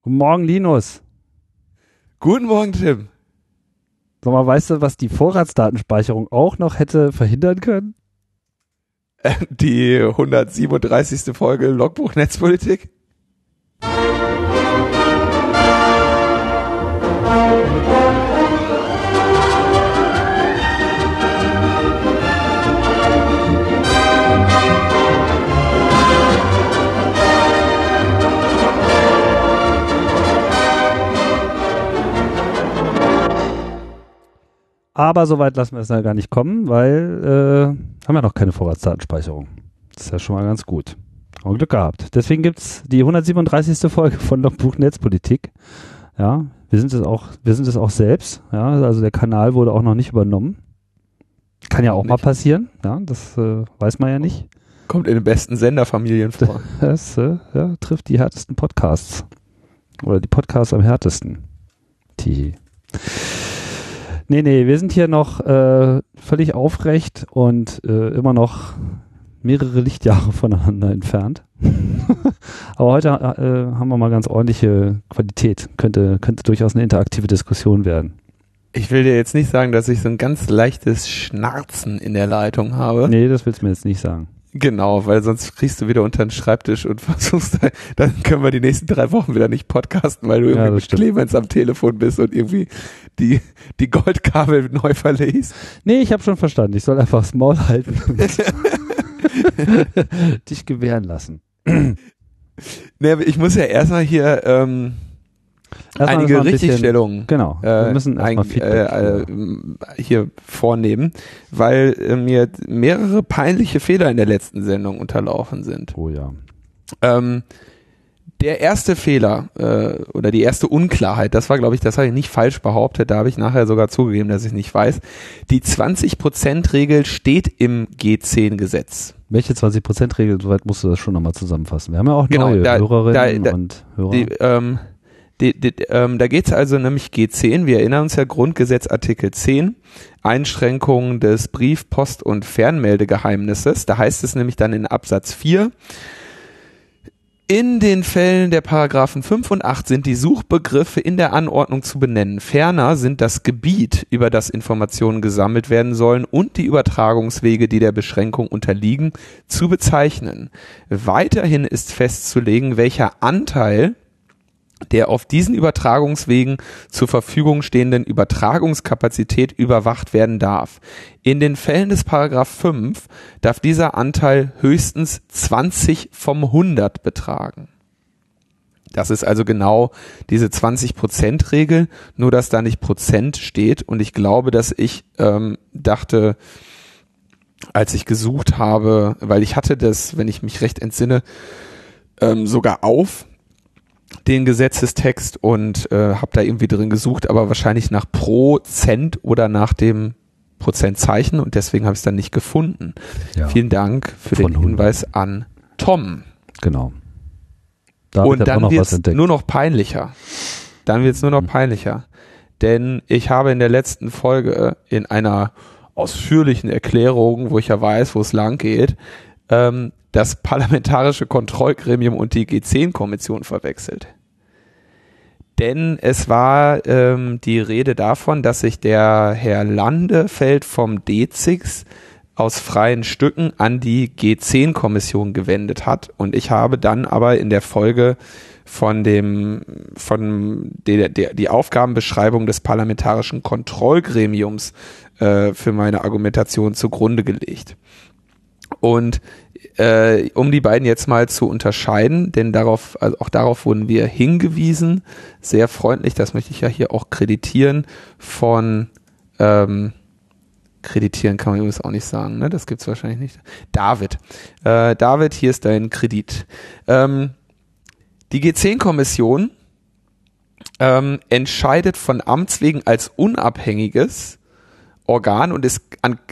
Guten Morgen, Linus. Guten Morgen, Tim. Sag mal, weißt du, was die Vorratsdatenspeicherung auch noch hätte verhindern können? Die 137. Folge Logbuch Netzpolitik. Aber soweit lassen wir es ja gar nicht kommen, weil haben wir noch keine Vorratsdatenspeicherung. Das ist ja schon mal ganz gut. Haben wir Glück gehabt. Deswegen gibt es die 137. Folge von Logbuch Netzpolitik. Ja, wir sind es auch selbst. Ja, also der Kanal wurde auch noch nicht übernommen. Kann ja auch mal passieren. Ja, das weiß man ja nicht. Kommt in den besten Senderfamilien vor. Das trifft die härtesten Podcasts. Oder die Podcasts am härtesten. Nee, wir sind hier noch völlig aufrecht und immer noch mehrere Lichtjahre voneinander entfernt. Aber heute haben wir mal ganz ordentliche Qualität. Könnte durchaus eine interaktive Diskussion werden. Ich will dir jetzt nicht sagen, dass ich so ein ganz leichtes Schnarzen in der Leitung habe. Nee, das willst du mir jetzt nicht sagen. Genau, weil sonst kriegst du wieder unter den Schreibtisch und versuchst, dann können wir die nächsten 3 Wochen wieder nicht podcasten, weil du irgendwie mit Clemens am Telefon bist und irgendwie die Goldkabel neu verlegst. Nee, ich habe schon verstanden. Ich soll einfach das Maul halten und dich gewähren lassen. Nee, ich muss ja erstmal hier einige Richtigstellungen genau. Wir müssen hier vornehmen, weil mir mehrere peinliche Fehler in der letzten Sendung unterlaufen sind. Oh ja. Der erste Fehler oder die erste Unklarheit, das war, glaube ich, das habe ich nicht falsch behauptet, da habe ich nachher sogar zugegeben, dass ich nicht weiß. Die 20%-Regel steht im G10-Gesetz. Welche 20%-Regel? Soweit musst du das schon nochmal zusammenfassen. Wir haben ja auch neue Hörerinnen und Hörer. Da geht es also nämlich G10, wir erinnern uns ja, Grundgesetz Artikel 10, Einschränkungen des Brief-, Post- und Fernmeldegeheimnisses. Da heißt es nämlich dann in Absatz 4, in den Fällen der Paragraphen 5 und 8 sind die Suchbegriffe in der Anordnung zu benennen. Ferner sind das Gebiet, über das Informationen gesammelt werden sollen, und die Übertragungswege, die der Beschränkung unterliegen, zu bezeichnen. Weiterhin ist festzulegen, welcher Anteil der auf diesen Übertragungswegen zur Verfügung stehenden Übertragungskapazität überwacht werden darf. In den Fällen des Paragraph 5 darf dieser Anteil höchstens 20 vom 100 betragen. Das ist also genau diese 20%-Regel, nur dass da nicht Prozent steht. Und ich glaube, dass ich dachte, als ich gesucht habe, weil ich hatte das, wenn ich mich recht entsinne, sogar auf den Gesetzestext und habe da irgendwie drin gesucht, aber wahrscheinlich nach Prozent oder nach dem Prozentzeichen, und deswegen habe ich es dann nicht gefunden. Ja. Vielen Dank für den Hinweis an Tom. Genau. Und dann wird es nur noch peinlicher. Denn ich habe in der letzten Folge in einer ausführlichen Erklärung, wo ich ja weiß, wo es lang geht, das Parlamentarische Kontrollgremium und die G10-Kommission verwechselt. Denn es war die Rede davon, dass sich der Herr Landefeld vom D-Zix aus freien Stücken an die G10-Kommission gewendet hat. Und ich habe dann aber in der Folge die Aufgabenbeschreibung des Parlamentarischen Kontrollgremiums für meine Argumentation zugrunde gelegt. Und um die beiden jetzt mal zu unterscheiden, denn auch darauf wurden wir hingewiesen, sehr freundlich, das möchte ich ja hier auch kreditieren, kreditieren kann man übrigens auch nicht sagen, ne? Das gibt's wahrscheinlich nicht. David, hier ist dein Kredit. Die G10-Kommission entscheidet von Amts wegen als unabhängiges Organ und ist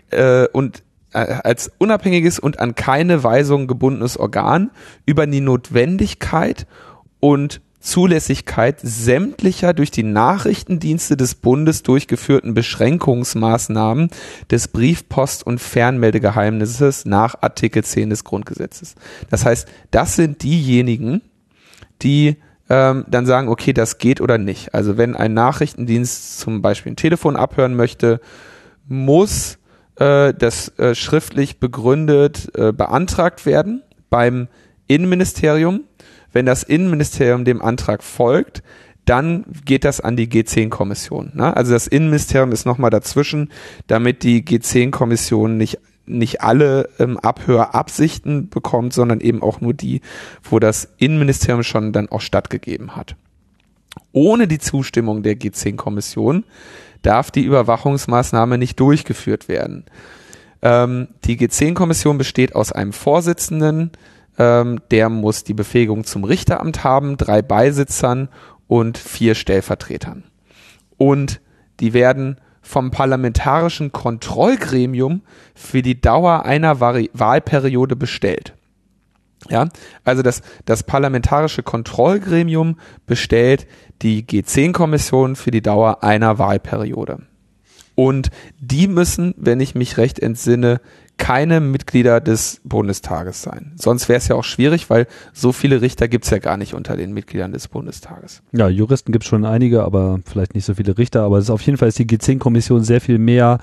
als unabhängiges und an keine Weisung gebundenes Organ über die Notwendigkeit und Zulässigkeit sämtlicher durch die Nachrichtendienste des Bundes durchgeführten Beschränkungsmaßnahmen des Brief-, Post- und Fernmeldegeheimnisses nach Artikel 10 des Grundgesetzes. Das heißt, das sind diejenigen, die dann sagen, okay, das geht oder nicht. Also wenn ein Nachrichtendienst zum Beispiel ein Telefon abhören möchte, muss das schriftlich begründet beantragt werden beim Innenministerium. Wenn das Innenministerium dem Antrag folgt, dann geht das an die G10-Kommission. Ne? Also das Innenministerium ist nochmal dazwischen, damit die G10-Kommission nicht alle Abhörabsichten bekommt, sondern eben auch nur die, wo das Innenministerium schon dann auch stattgegeben hat. Ohne die Zustimmung der G10-Kommission darf die Überwachungsmaßnahme nicht durchgeführt werden. Die G10-Kommission besteht aus einem Vorsitzenden, der muss die Befähigung zum Richteramt haben, 3 Beisitzern und 4 Stellvertretern. Und die werden vom Parlamentarischen Kontrollgremium für die Dauer einer Wahlperiode bestellt. Ja, also das Parlamentarische Kontrollgremium bestellt die G10-Kommission für die Dauer einer Wahlperiode. Und die müssen, wenn ich mich recht entsinne, keine Mitglieder des Bundestages sein. Sonst wäre es ja auch schwierig, weil so viele Richter gibt es ja gar nicht unter den Mitgliedern des Bundestages. Ja, Juristen gibt es schon einige, aber vielleicht nicht so viele Richter. Aber es ist auf jeden Fall ist die G10-Kommission sehr viel mehr,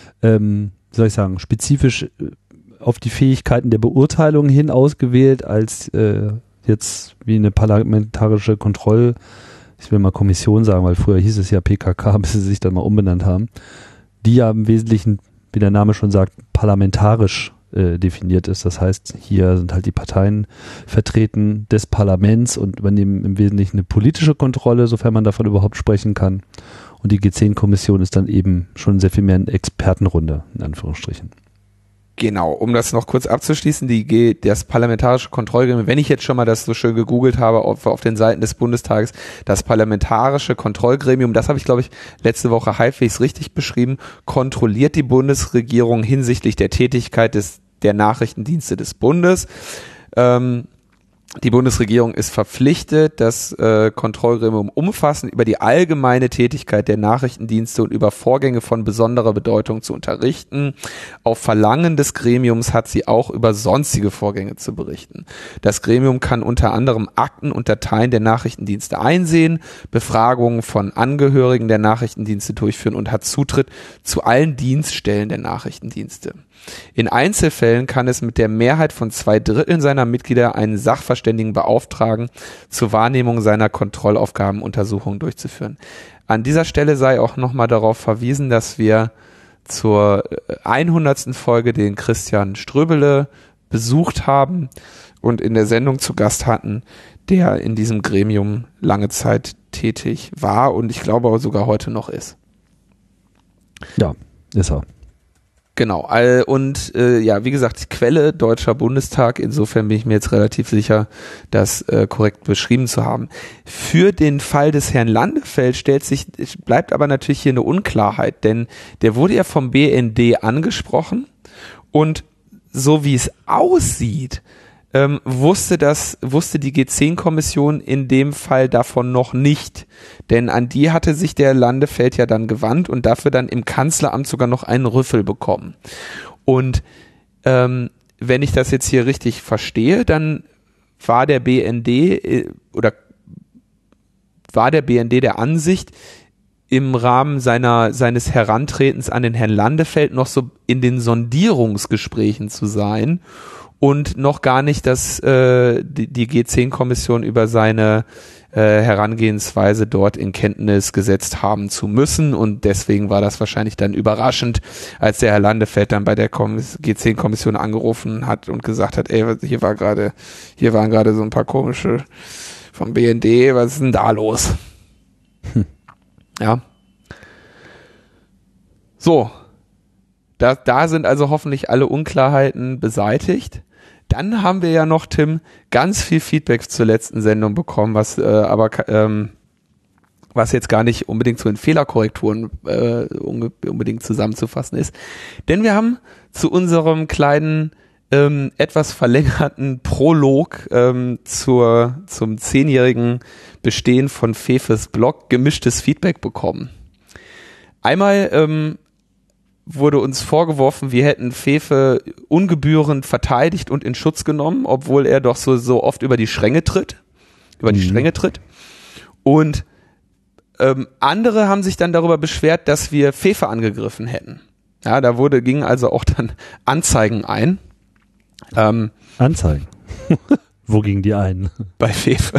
spezifisch auf die Fähigkeiten der Beurteilung hin ausgewählt, als jetzt wie eine parlamentarische ich will mal Kommission sagen, weil früher hieß es ja PKK, bis sie sich dann mal umbenannt haben, die ja im Wesentlichen, wie der Name schon sagt, parlamentarisch definiert ist. Das heißt, hier sind halt die Parteien vertreten des Parlaments und übernehmen im Wesentlichen eine politische Kontrolle, sofern man davon überhaupt sprechen kann. Und die G10-Kommission ist dann eben schon sehr viel mehr eine Expertenrunde, in Anführungsstrichen. Genau, um das noch kurz abzuschließen, das Parlamentarische Kontrollgremium, wenn ich jetzt schon mal das so schön gegoogelt habe auf den Seiten des Bundestages, das Parlamentarische Kontrollgremium, das habe ich, glaube ich, letzte Woche halbwegs richtig beschrieben, kontrolliert die Bundesregierung hinsichtlich der Tätigkeit der Nachrichtendienste des Bundes. Die Bundesregierung ist verpflichtet, das Kontrollgremium umfassend über die allgemeine Tätigkeit der Nachrichtendienste und über Vorgänge von besonderer Bedeutung zu unterrichten. Auf Verlangen des Gremiums hat sie auch über sonstige Vorgänge zu berichten. Das Gremium kann unter anderem Akten und Dateien der Nachrichtendienste einsehen, Befragungen von Angehörigen der Nachrichtendienste durchführen und hat Zutritt zu allen Dienststellen der Nachrichtendienste. In Einzelfällen kann es mit der Mehrheit von 2/3 seiner Mitglieder einen Sachverständigen beauftragen, zur Wahrnehmung seiner Kontrollaufgaben Untersuchungen durchzuführen. An dieser Stelle sei auch nochmal darauf verwiesen, dass wir zur 100. Folge den Christian Ströbele besucht haben und in der Sendung zu Gast hatten, der in diesem Gremium lange Zeit tätig war und ich glaube auch sogar heute noch ist. Ja, ist er. Genau, und wie gesagt, Quelle Deutscher Bundestag, insofern bin ich mir jetzt relativ sicher, das korrekt beschrieben zu haben. Für den Fall des Herrn Landefeld bleibt aber natürlich hier eine Unklarheit, denn der wurde ja vom BND angesprochen und so wie es aussieht, wusste die G10-Kommission in dem Fall davon noch nicht. Denn an die hatte sich der Landefeld ja dann gewandt und dafür dann im Kanzleramt sogar noch einen Rüffel bekommen. Und wenn ich das jetzt hier richtig verstehe, dann war der BND der Ansicht, im Rahmen seines Herantretens an den Herrn Landefeld noch so in den Sondierungsgesprächen zu sein und noch gar nicht, dass die G10-Kommission über seine Herangehensweise dort in Kenntnis gesetzt haben zu müssen und deswegen war das wahrscheinlich dann überraschend, als der Herr Landefeld dann bei der G10-Kommission angerufen hat und gesagt hat, ey, hier waren gerade so ein paar komische vom BND, was ist denn da los? Ja. So. Da sind also hoffentlich alle Unklarheiten beseitigt. Dann haben wir ja noch, Tim, ganz viel Feedback zur letzten Sendung bekommen, was jetzt gar nicht unbedingt zu den Fehlerkorrekturen unbedingt zusammenzufassen ist. Denn wir haben zu unserem kleinen etwas verlängerten Prolog zum 10-jährigen Bestehen von Fefes Blog gemischtes Feedback bekommen. Einmal wurde uns vorgeworfen, wir hätten Fefe ungebührend verteidigt und in Schutz genommen, obwohl er doch so oft über die Stränge tritt. Und andere haben sich dann darüber beschwert, dass wir Fefe angegriffen hätten. Ja, da gingen also auch dann Anzeigen ein. Anzeigen? Wo gingen die ein? Bei Fefe.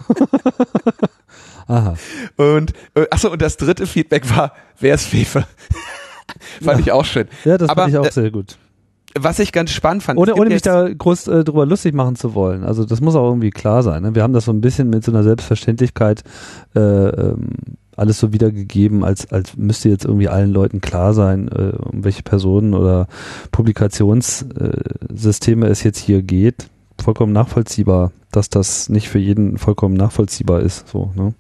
Aha. Und und das dritte Feedback war, wer ist Fefe? Fand ich auch schön. Ja, das fand ich auch sehr gut. Was ich ganz spannend fand. Ohne mich da groß drüber lustig machen zu wollen. Also das muss auch irgendwie klar sein. Ne? Wir haben das so ein bisschen mit so einer Selbstverständlichkeit alles so wiedergegeben, als müsste jetzt irgendwie allen Leuten klar sein, um welche Personen oder Publikationssysteme es jetzt hier geht. Vollkommen nachvollziehbar, dass das nicht für jeden vollkommen nachvollziehbar ist. So, ne?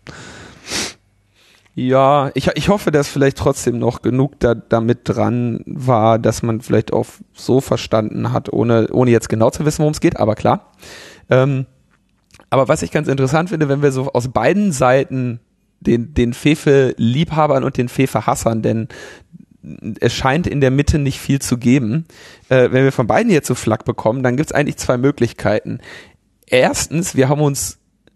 Ja, ich hoffe, dass vielleicht trotzdem noch genug damit dran war, dass man vielleicht auch so verstanden hat, ohne jetzt genau zu wissen, worum es geht, aber klar. Aber was ich ganz interessant finde, wenn wir so aus beiden Seiten den Fefe-Liebhabern und den Fefe-Hassern, denn es scheint in der Mitte nicht viel zu geben. Wenn wir von beiden jetzt so Flack bekommen, dann gibt es eigentlich zwei Möglichkeiten. Erstens, wir haben uns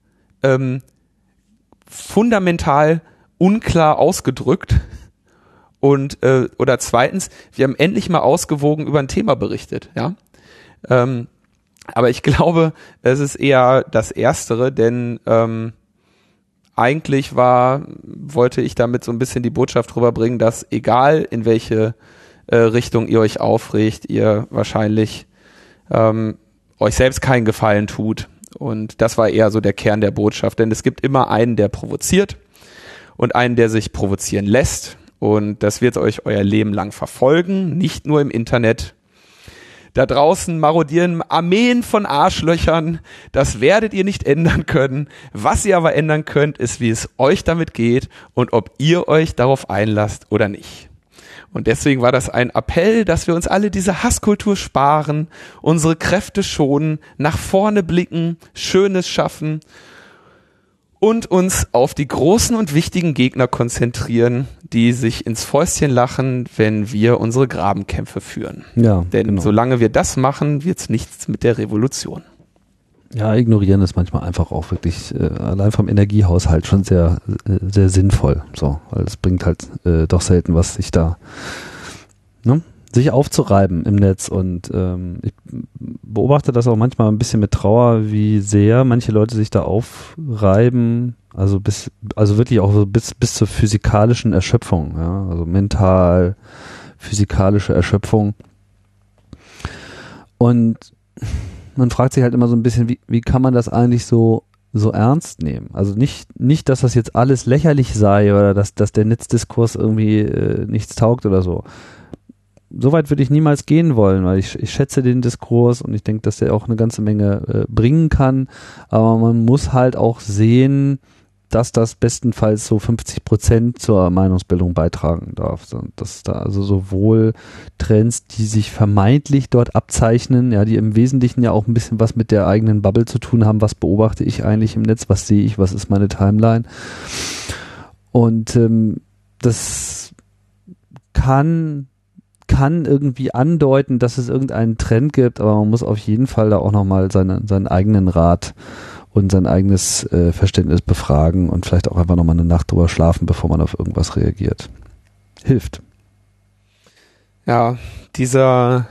fundamental unklar ausgedrückt und oder zweitens, wir haben endlich mal ausgewogen über ein Thema berichtet, ja. Aber ich glaube, es ist eher das Erstere, denn eigentlich wollte ich damit so ein bisschen die Botschaft rüberbringen, dass egal in welche Richtung ihr euch aufregt, ihr wahrscheinlich euch selbst keinen Gefallen tut. Und das war eher so der Kern der Botschaft, denn es gibt immer einen, der provoziert und einen, der sich provozieren lässt. Und das wird euch euer Leben lang verfolgen, nicht nur im Internet. Da draußen marodieren Armeen von Arschlöchern. Das werdet ihr nicht ändern können. Was ihr aber ändern könnt, ist, wie es euch damit geht und ob ihr euch darauf einlasst oder nicht. Und deswegen war das ein Appell, dass wir uns alle diese Hasskultur sparen, unsere Kräfte schonen, nach vorne blicken, Schönes schaffen und uns auf die großen und wichtigen Gegner konzentrieren, die sich ins Fäustchen lachen, wenn wir unsere Grabenkämpfe führen. Ja, denn genau. Solange wir das machen, wird's nichts mit der Revolution. Ja, ignorieren ist manchmal einfach auch wirklich allein vom Energiehaushalt schon sehr, sehr sinnvoll. So, weil es bringt halt doch selten was, sich aufzureiben im Netz. Und ich beobachte das auch manchmal ein bisschen mit Trauer, wie sehr manche Leute sich da aufreiben, also wirklich auch so bis zur physikalischen Erschöpfung, ja, also mental, physikalische Erschöpfung. Und man fragt sich halt immer so ein bisschen, wie kann man das eigentlich so ernst nehmen? Also nicht, dass das jetzt alles lächerlich sei oder dass der Netzdiskurs irgendwie nichts taugt oder so. Soweit würde ich niemals gehen wollen, weil ich schätze den Diskurs und ich denke, dass der auch eine ganze Menge bringen kann. Aber man muss halt auch sehen, dass das bestenfalls so 50% zur Meinungsbildung beitragen darf. Dass da also sowohl Trends, die sich vermeintlich dort abzeichnen, ja, die im Wesentlichen ja auch ein bisschen was mit der eigenen Bubble zu tun haben, was beobachte ich eigentlich im Netz, was sehe ich, was ist meine Timeline. Und das kann irgendwie andeuten, dass es irgendeinen Trend gibt, aber man muss auf jeden Fall da auch nochmal seinen eigenen Rat und sein eigenes Verständnis befragen und vielleicht auch einfach nochmal eine Nacht drüber schlafen, bevor man auf irgendwas reagiert. Hilft. Ja, dieser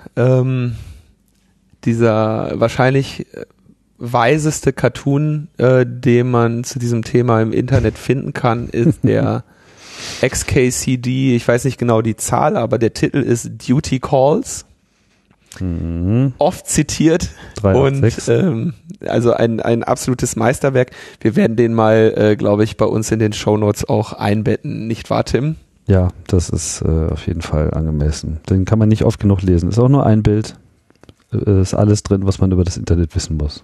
wahrscheinlich weiseste Cartoon, den man zu diesem Thema im Internet finden kann, ist der XKCD, ich weiß nicht genau die Zahl, aber der Titel ist Duty Calls. Mhm. Oft zitiert 3, und 6. Also ein absolutes Meisterwerk. Wir werden den mal, glaube ich, bei uns in den Shownotes auch einbetten, nicht wahr, Tim? Ja, das ist auf jeden Fall angemessen. Den kann man nicht oft genug lesen. Ist auch nur ein Bild. Ist alles drin, was man über das Internet wissen muss.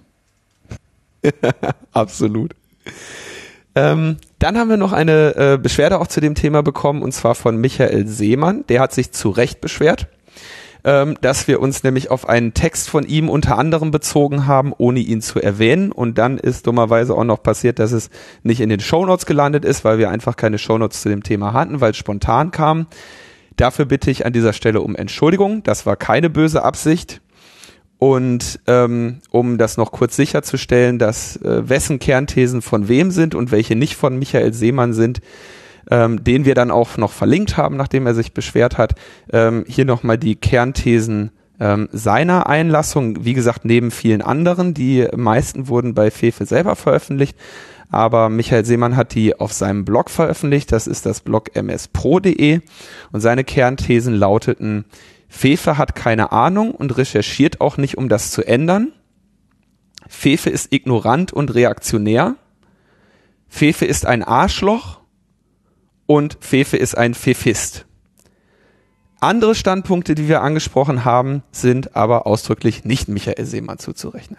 Absolut. Dann haben wir noch eine Beschwerde auch zu dem Thema bekommen, und zwar von Michael Seemann. Der hat sich zu Recht beschwert, dass wir uns nämlich auf einen Text von ihm unter anderem bezogen haben, ohne ihn zu erwähnen. Und dann ist dummerweise auch noch passiert, dass es nicht in den Shownotes gelandet ist, weil wir einfach keine Shownotes zu dem Thema hatten, weil es spontan kam. Dafür bitte ich an dieser Stelle um Entschuldigung. Das war keine böse Absicht. Und um das noch kurz sicherzustellen, dass wessen Kernthesen von wem sind und welche nicht von Michael Seemann sind, den wir dann auch noch verlinkt haben, nachdem er sich beschwert hat, hier nochmal die Kernthesen seiner Einlassung, wie gesagt, neben vielen anderen. Die meisten wurden bei Fefe selber veröffentlicht, aber Michael Seemann hat die auf seinem Blog veröffentlicht. Das ist das Blog mspro.de und seine Kernthesen lauteten: Fefe hat keine Ahnung und recherchiert auch nicht, um das zu ändern. Fefe ist ignorant und reaktionär. Fefe ist ein Arschloch und Fefe ist ein Fefist. Andere Standpunkte, die wir angesprochen haben, sind aber ausdrücklich nicht Michael Seemann zuzurechnen.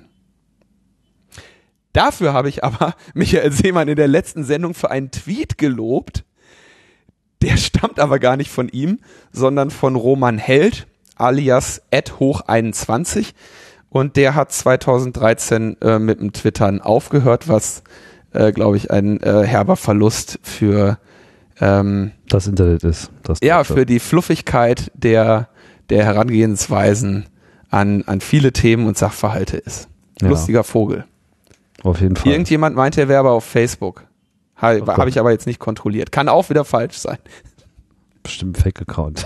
Dafür habe ich aber Michael Seemann in der letzten Sendung für einen Tweet gelobt. Der stammt aber gar nicht von ihm, sondern von Roman Held, alias @hoch21. Und der hat 2013 mit dem Twittern aufgehört, was, glaube ich, ein herber Verlust für das Internet ist. Für die Fluffigkeit der Herangehensweisen an viele Themen und Sachverhalte ist. Ja. Lustiger Vogel. Auf jeden Fall. Irgendjemand meinte, er wäre aber auf Facebook. Habe ich aber jetzt nicht kontrolliert. Kann auch wieder falsch sein. Bestimmt Fake-Account.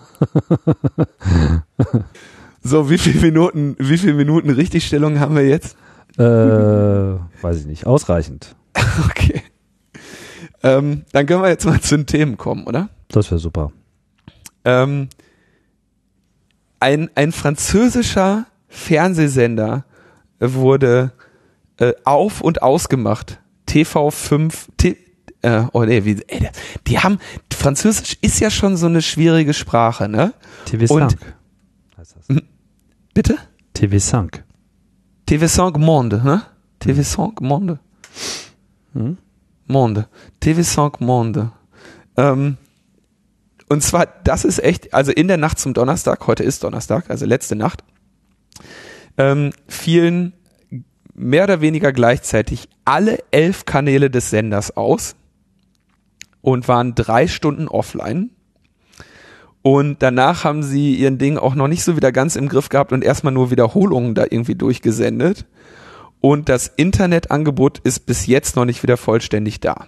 So, wie viele Minuten Richtigstellung haben wir jetzt? Weiß ich nicht. Ausreichend. Okay. Dann können wir jetzt mal zu den Themen kommen, oder? Das wäre super. Ein französischer Fernsehsender wurde auf- und ausgemacht. TV5, Französisch ist ja schon so eine schwierige Sprache, ne? TV5 heißt das. Bitte? TV5. TV5 Monde, ne? TV5 Monde. Monde. TV5 Monde. Und zwar, das ist echt, also in der Nacht zum Donnerstag, heute ist Donnerstag, also letzte Nacht, fielen mehr oder weniger gleichzeitig alle 11 Kanäle des Senders aus und waren 3 Stunden offline. Und danach haben sie ihren Ding auch noch nicht so wieder ganz im Griff gehabt und erstmal nur Wiederholungen da irgendwie durchgesendet. Und das Internetangebot ist bis jetzt noch nicht wieder vollständig da.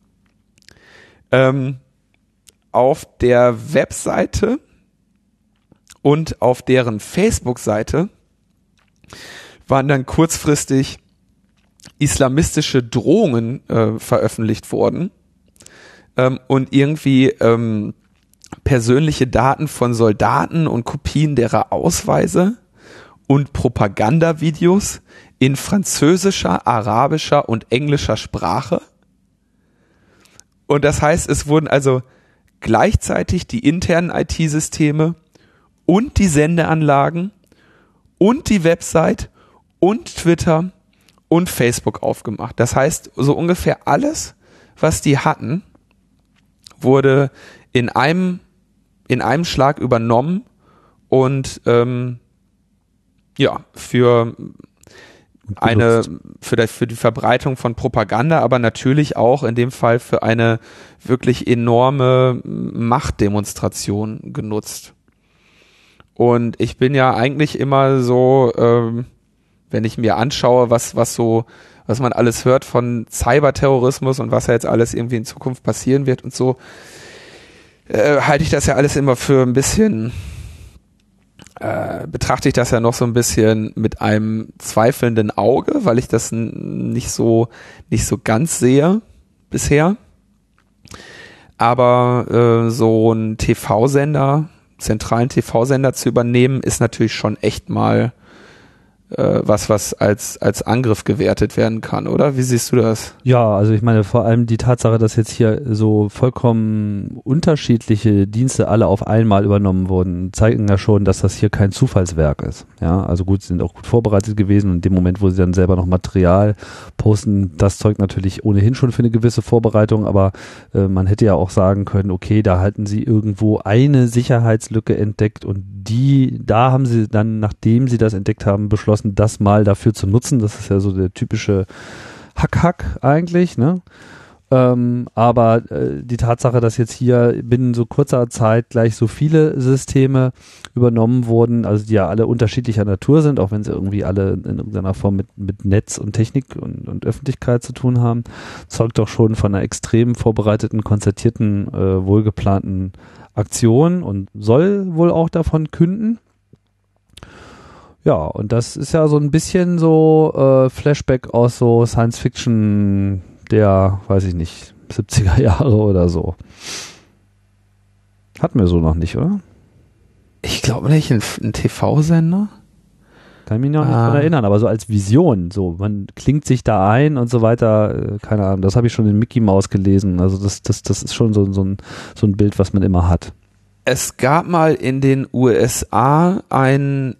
Auf der Webseite und auf deren Facebook-Seite waren dann kurzfristig islamistische Drohungen veröffentlicht worden und irgendwie persönliche Daten von Soldaten und Kopien derer Ausweise und Propagandavideos in französischer, arabischer und englischer Sprache. Und das heißt, es wurden also gleichzeitig die internen IT-Systeme und die Sendeanlagen und die Website und Twitter und Facebook aufgemacht. Das heißt, so ungefähr alles, was die hatten, wurde in einem Schlag übernommen und für die Verbreitung von Propaganda, aber natürlich auch in dem Fall für eine wirklich enorme Machtdemonstration genutzt. Und ich bin ja eigentlich immer so, wenn ich mir anschaue, was man alles hört von Cyberterrorismus und was ja jetzt alles irgendwie in Zukunft passieren wird und so, halte ich das ja alles immer für ein bisschen, betrachte ich das ja noch so ein bisschen mit einem zweifelnden Auge, weil ich das nicht so ganz sehe bisher. Aber so ein zentralen TV-Sender zu übernehmen, ist natürlich schon echt mal was als Angriff gewertet werden kann, oder? Wie siehst du das? Ja, also ich meine vor allem die Tatsache, dass jetzt hier so vollkommen unterschiedliche Dienste alle auf einmal übernommen wurden, zeigen ja schon, dass das hier kein Zufallswerk ist. Ja, also gut, sie sind auch gut vorbereitet gewesen und in dem Moment, wo sie dann selber noch Material posten, das zeugt natürlich ohnehin schon für eine gewisse Vorbereitung, aber man hätte ja auch sagen können, okay, da halten sie irgendwo eine Sicherheitslücke entdeckt und da haben sie dann, nachdem sie das entdeckt haben, beschlossen, das mal dafür zu nutzen. Das ist ja so der typische Hack-Hack eigentlich, ne? Aber die Tatsache, dass jetzt hier binnen so kurzer Zeit gleich so viele Systeme übernommen wurden, also die ja alle unterschiedlicher Natur sind, auch wenn sie irgendwie alle in irgendeiner Form mit Netz und Technik und Öffentlichkeit zu tun haben, zeugt doch schon von einer extrem vorbereiteten, konzertierten, wohlgeplanten Aktion und soll wohl auch davon künden. Ja, und das ist ja so ein bisschen so Flashback aus so Science-Fiction der, weiß ich nicht, 70er Jahre oder so. Hatten wir so noch nicht, oder? Ich glaube nicht, ein TV-Sender? Kann ich mich noch nicht dran erinnern, aber so als Vision, so, man klingt sich da ein und so weiter, keine Ahnung, das habe ich schon in Mickey Mouse gelesen, also das ist schon so ein Bild, was man immer hat. Es gab mal in den USA einen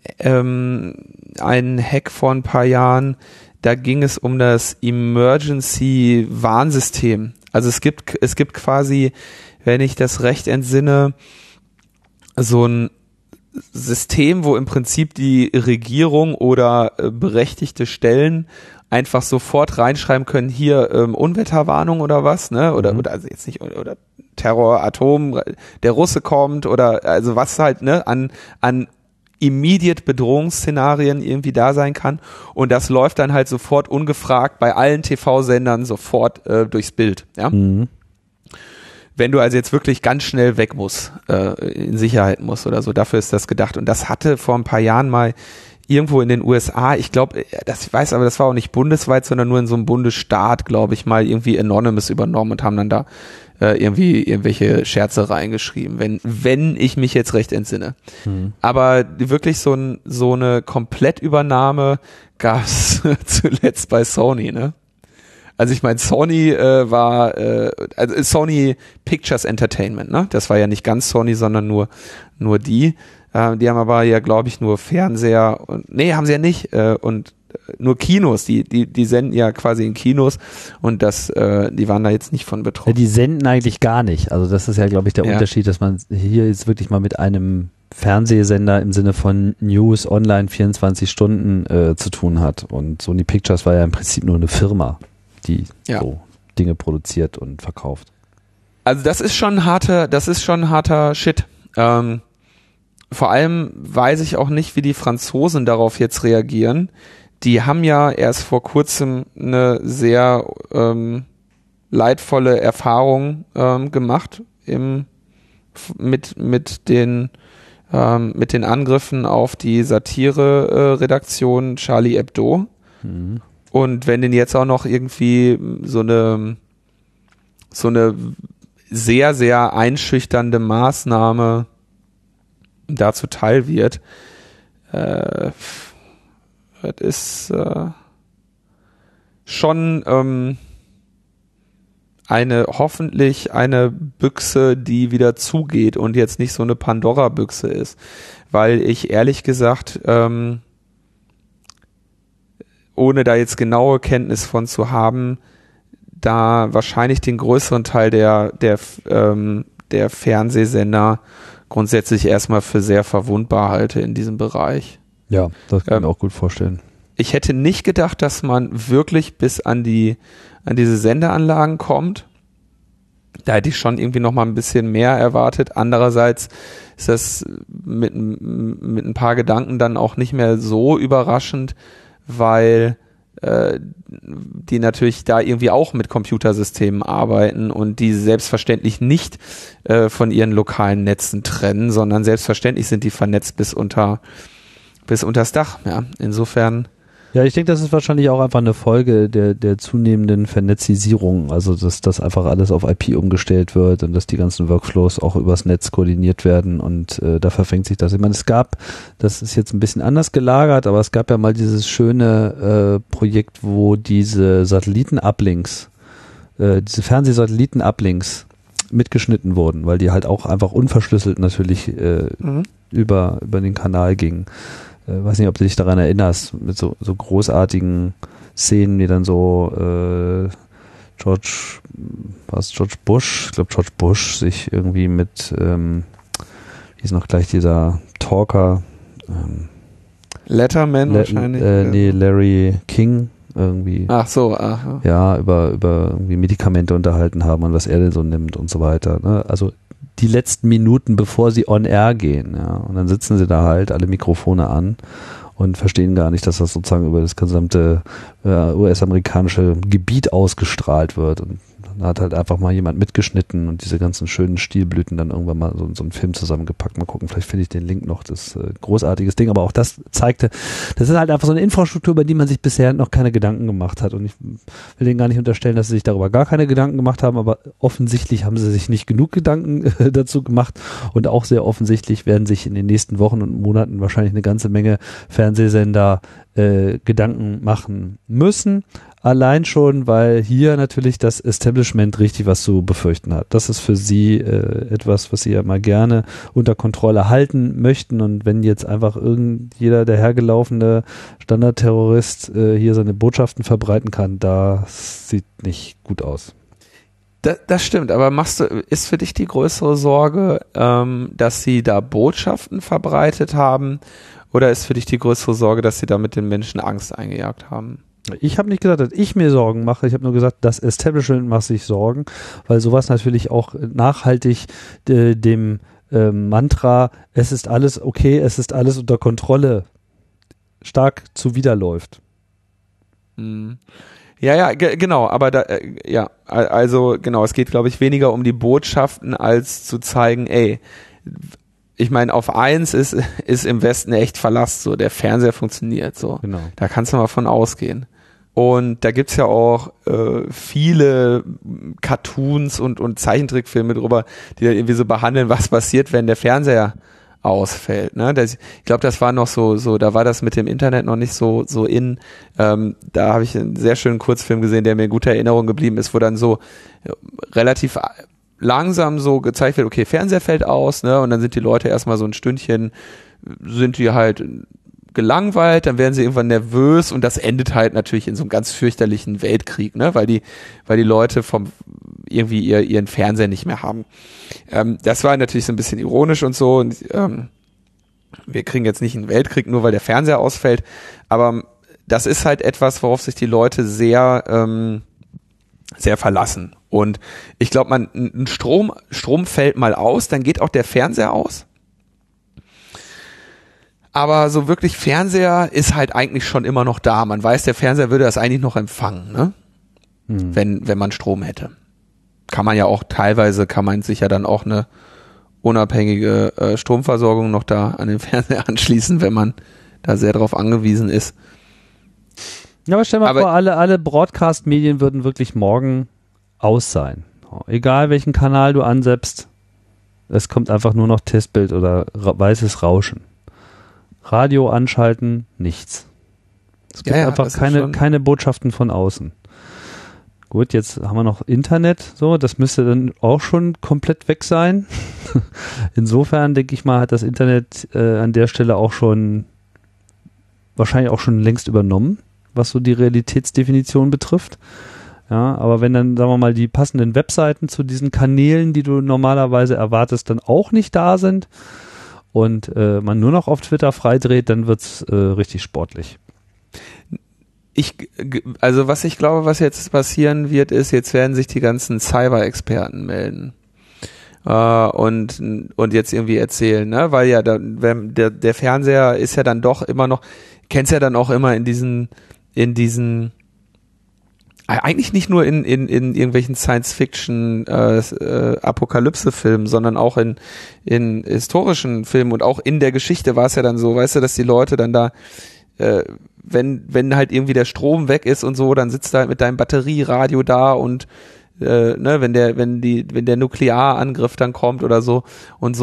Hack vor ein paar Jahren, da ging es um das Emergency-Warnsystem. Also es gibt quasi, wenn ich das recht entsinne, so ein System, wo im Prinzip die Regierung oder berechtigte Stellen einfach sofort reinschreiben können, hier Unwetterwarnung oder was, ne? Oder also jetzt nicht, oder Terror, Atom, der Russe kommt oder also was halt, ne, an immediate Bedrohungsszenarien irgendwie da sein kann und das läuft dann halt sofort ungefragt bei allen TV-Sendern sofort durchs Bild, ja. Mhm. Wenn du also jetzt wirklich ganz schnell weg musst, in Sicherheit musst oder so, dafür ist das gedacht. Und das hatte vor ein paar Jahren mal irgendwo in den USA, ich glaube, ich weiß, aber das war auch nicht bundesweit, sondern nur in so einem Bundesstaat, glaube ich, mal irgendwie Anonymous übernommen und haben dann da irgendwie irgendwelche Scherze reingeschrieben, wenn ich mich jetzt recht entsinne. Mhm. Aber wirklich so eine Komplettübernahme gab es zuletzt bei Sony, ne? Also ich meine, Sony war also Sony Pictures Entertainment, ne? Das war ja nicht ganz Sony, sondern nur die. Die haben aber ja, glaube ich, nur Fernseher und nee, haben sie ja nicht und nur Kinos. Die senden ja quasi in Kinos und die waren da jetzt nicht von betroffen. Ja, die senden eigentlich gar nicht. Also das ist ja, glaube ich, der Unterschied, dass man hier jetzt wirklich mal mit einem Fernsehsender im Sinne von News online 24 Stunden zu tun hat. Und Sony Pictures war ja im Prinzip nur eine Firma, die so Dinge produziert und verkauft. Also das ist schon harter Shit. Vor allem weiß ich auch nicht, wie die Franzosen darauf jetzt reagieren. Die haben ja erst vor kurzem eine sehr leidvolle Erfahrung gemacht mit den Angriffen auf die Satire-Redaktion Charlie Hebdo. Mhm. Und wenn denen jetzt auch noch irgendwie so eine sehr, sehr einschüchternde Maßnahme dazu teil wird, das ist schon hoffentlich eine Büchse, die wieder zugeht und jetzt nicht so eine Pandora-Büchse ist. Weil ich ehrlich gesagt, ohne da jetzt genaue Kenntnis von zu haben, da wahrscheinlich den größeren Teil der Fernsehsender grundsätzlich erstmal für sehr verwundbar halte in diesem Bereich. Ja, das kann ich mir auch gut vorstellen. Ich hätte nicht gedacht, dass man wirklich bis an diese Sendeanlagen kommt. Da hätte ich schon irgendwie noch mal ein bisschen mehr erwartet. Andererseits ist das mit ein paar Gedanken dann auch nicht mehr so überraschend, weil die natürlich da irgendwie auch mit Computersystemen arbeiten und die selbstverständlich nicht von ihren lokalen Netzen trennen, sondern selbstverständlich sind die vernetzt bis unters Dach. Ja, insofern. Ja, ich denke, das ist wahrscheinlich auch einfach eine Folge der zunehmenden Vernetzisierung, also dass das einfach alles auf IP umgestellt wird und dass die ganzen Workflows auch übers Netz koordiniert werden und da verfängt sich das. Ich meine, das ist jetzt ein bisschen anders gelagert, aber es gab ja mal dieses schöne Projekt, wo diese Satelliten-Uplinks, diese Fernsehsatelliten-Uplinks mitgeschnitten wurden, weil die halt auch einfach unverschlüsselt natürlich über den Kanal gingen. Weiß nicht, ob du dich daran erinnerst, mit so großartigen Szenen, wie dann so George Bush, ich glaube George Bush sich irgendwie mit, wie ist noch gleich dieser Talker, Letterman wahrscheinlich. Nee, Larry King irgendwie Ach so, aha. ja, über irgendwie Medikamente unterhalten haben und was er denn so nimmt und so weiter. Ne? Also die letzten Minuten, bevor sie on air gehen. Ja? Und dann sitzen sie da halt, alle Mikrofone an und verstehen gar nicht, dass das sozusagen über das gesamte US-amerikanische Gebiet ausgestrahlt wird. Und dann hat halt einfach mal jemand mitgeschnitten und diese ganzen schönen Stilblüten dann irgendwann mal so einen Film zusammengepackt. Mal gucken, vielleicht finde ich den Link noch, das großartiges Ding. Aber auch das zeigte, das ist halt einfach so eine Infrastruktur, über die man sich bisher noch keine Gedanken gemacht hat. Und ich will denen gar nicht unterstellen, dass sie sich darüber gar keine Gedanken gemacht haben, aber offensichtlich haben sie sich nicht genug Gedanken dazu gemacht. Und auch sehr offensichtlich werden sich in den nächsten Wochen und Monaten wahrscheinlich eine ganze Menge Fernsehsender Gedanken machen müssen. Allein schon, weil hier natürlich das Establishment richtig was zu befürchten hat. Das ist für sie etwas, was sie ja mal gerne unter Kontrolle halten möchten. Und wenn jetzt einfach jeder der hergelaufene Standardterrorist hier seine Botschaften verbreiten kann, das sieht nicht gut aus. Das stimmt, aber ist für dich die größere Sorge, dass sie da Botschaften verbreitet haben, oder ist für dich die größere Sorge, dass sie da mit den Menschen Angst eingejagt haben? Ich habe nicht gesagt, dass ich mir Sorgen mache. Ich habe nur gesagt, das Establishment macht sich Sorgen, weil sowas natürlich auch nachhaltig dem Mantra, es ist alles okay, es ist alles unter Kontrolle, stark zuwiderläuft. Ja, genau, aber also genau, es geht, glaube ich, weniger um die Botschaften, als zu zeigen, ey, ich meine, auf eins ist im Westen echt Verlass, so, der Fernseher funktioniert, so. Genau. Da kannst du mal von ausgehen. Und da gibt's ja auch viele Cartoons und Zeichentrickfilme drüber, die da irgendwie so behandeln, was passiert, wenn der Fernseher ausfällt. Ne? Ich glaube, das war noch so, da war das mit dem Internet noch nicht so in. Da habe ich einen sehr schönen Kurzfilm gesehen, der mir in guter Erinnerung geblieben ist, wo dann so relativ langsam so gezeigt wird, okay, Fernseher fällt aus, ne? Und dann sind die Leute erstmal so ein Stündchen, sind die halt gelangweilt, dann werden sie irgendwann nervös und das endet halt natürlich in so einem ganz fürchterlichen Weltkrieg, ne? Weil die Leute irgendwie ihren Fernseher nicht mehr haben. Das war natürlich so ein bisschen ironisch und so, und wir kriegen jetzt nicht einen Weltkrieg, nur weil der Fernseher ausfällt, aber das ist halt etwas, worauf sich die Leute sehr verlassen. Und ich glaube, ein Strom fällt mal aus, dann geht auch der Fernseher aus. Aber so wirklich Fernseher ist halt eigentlich schon immer noch da. Man weiß, der Fernseher würde das eigentlich noch empfangen, ne? Wenn man Strom hätte. Kann man ja auch teilweise, kann man sich ja dann auch eine unabhängige Stromversorgung noch da an den Fernseher anschließen, wenn man da sehr drauf angewiesen ist. Ja, aber stell mal vor, alle Broadcast-Medien würden wirklich morgen aus sein. Egal welchen Kanal du ansetzt, es kommt einfach nur noch Testbild oder weißes Rauschen. Radio anschalten, nichts. Es gibt einfach keine Botschaften von außen. Gut, jetzt haben wir noch Internet, so, das müsste dann auch schon komplett weg sein. Insofern, denke ich mal, hat das Internet an der Stelle auch wahrscheinlich auch schon längst übernommen, was so die Realitätsdefinition betrifft. Ja, aber wenn dann, sagen wir mal, die passenden Webseiten zu diesen Kanälen, die du normalerweise erwartest, dann auch nicht da sind und man nur noch auf Twitter freidreht, dann wird's richtig sportlich. Also was ich glaube, was jetzt passieren wird, ist, jetzt werden sich die ganzen Cyber-Experten melden und jetzt irgendwie erzählen, ne, weil ja der Fernseher ist ja dann doch immer noch, kennst ja dann auch immer in diesen eigentlich nicht nur in irgendwelchen Science-Fiction Apokalypse-Filmen, sondern auch in historischen Filmen und auch in der Geschichte war es ja dann so, weißt du, dass die Leute dann da wenn halt irgendwie der Strom weg ist und so, dann sitzt du halt mit deinem Batterieradio da und ne, wenn der Nuklearangriff dann kommt oder so, und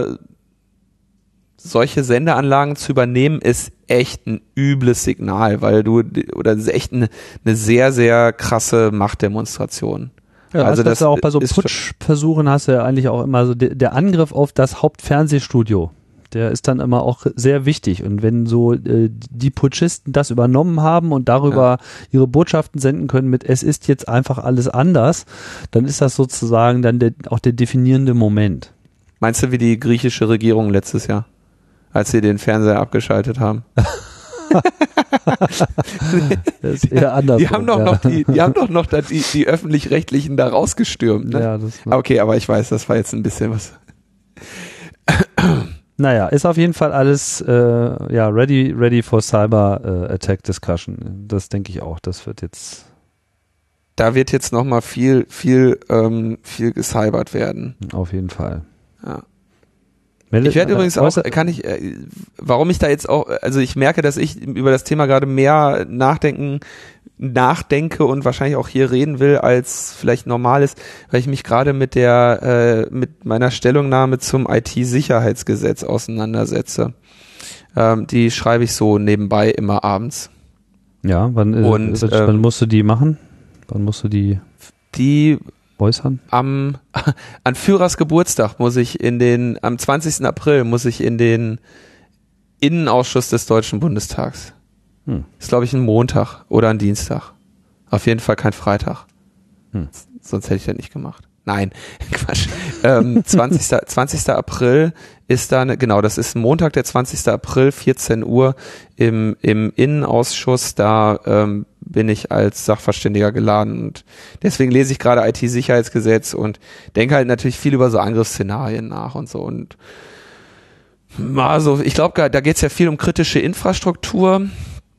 solche Sendeanlagen zu übernehmen, ist echt ein übles Signal, weil das ist echt eine sehr, sehr krasse Machtdemonstration. Ja, also das auch bei so Putschversuchen hast du ja eigentlich auch immer so der Angriff auf das Hauptfernsehstudio. Der ist dann immer auch sehr wichtig. Und wenn so die Putschisten das übernommen haben und darüber ihre Botschaften senden können mit es ist jetzt einfach alles anders, dann ist das sozusagen dann auch der definierende Moment. Meinst du, wie die griechische Regierung letztes Jahr, als sie den Fernseher abgeschaltet haben? Das ist eher anders. Die haben doch noch die Öffentlich-Rechtlichen da rausgestürmt. Ne? Ja, das okay, aber ich weiß, das war jetzt ein bisschen was. Naja, ist auf jeden Fall alles ready for Cyber Attack Discussion. Das denke ich auch. Das wird jetzt. Da wird jetzt nochmal viel gecybert werden. Auf jeden Fall. Ja. Ich werde übrigens auch, warum ich da jetzt auch, also ich merke, dass ich über das Thema gerade mehr nachdenke und wahrscheinlich auch hier reden will, als vielleicht normal ist, weil ich mich gerade mit meiner Stellungnahme zum IT-Sicherheitsgesetz auseinandersetze. Die schreibe ich so nebenbei immer abends. Ja, wann musst du die machen? Wann musst du die äußern? An Führers Geburtstag am 20. April muss ich in den Innenausschuss des Deutschen Bundestags. Ist, glaube ich, ein Montag oder ein Dienstag. Auf jeden Fall kein Freitag. Sonst hätte ich das nicht gemacht. Nein, Quatsch. 20. April ist dann, genau, das ist Montag, der 20. April, 14 Uhr im Innenausschuss. Da bin ich als Sachverständiger geladen und deswegen lese ich gerade IT-Sicherheitsgesetz und denke halt natürlich viel über so Angriffsszenarien nach und so. Und also ich glaube, da geht es ja viel um kritische Infrastruktur.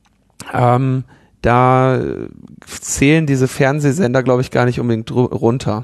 Da zählen diese Fernsehsender, glaube ich, gar nicht unbedingt runter.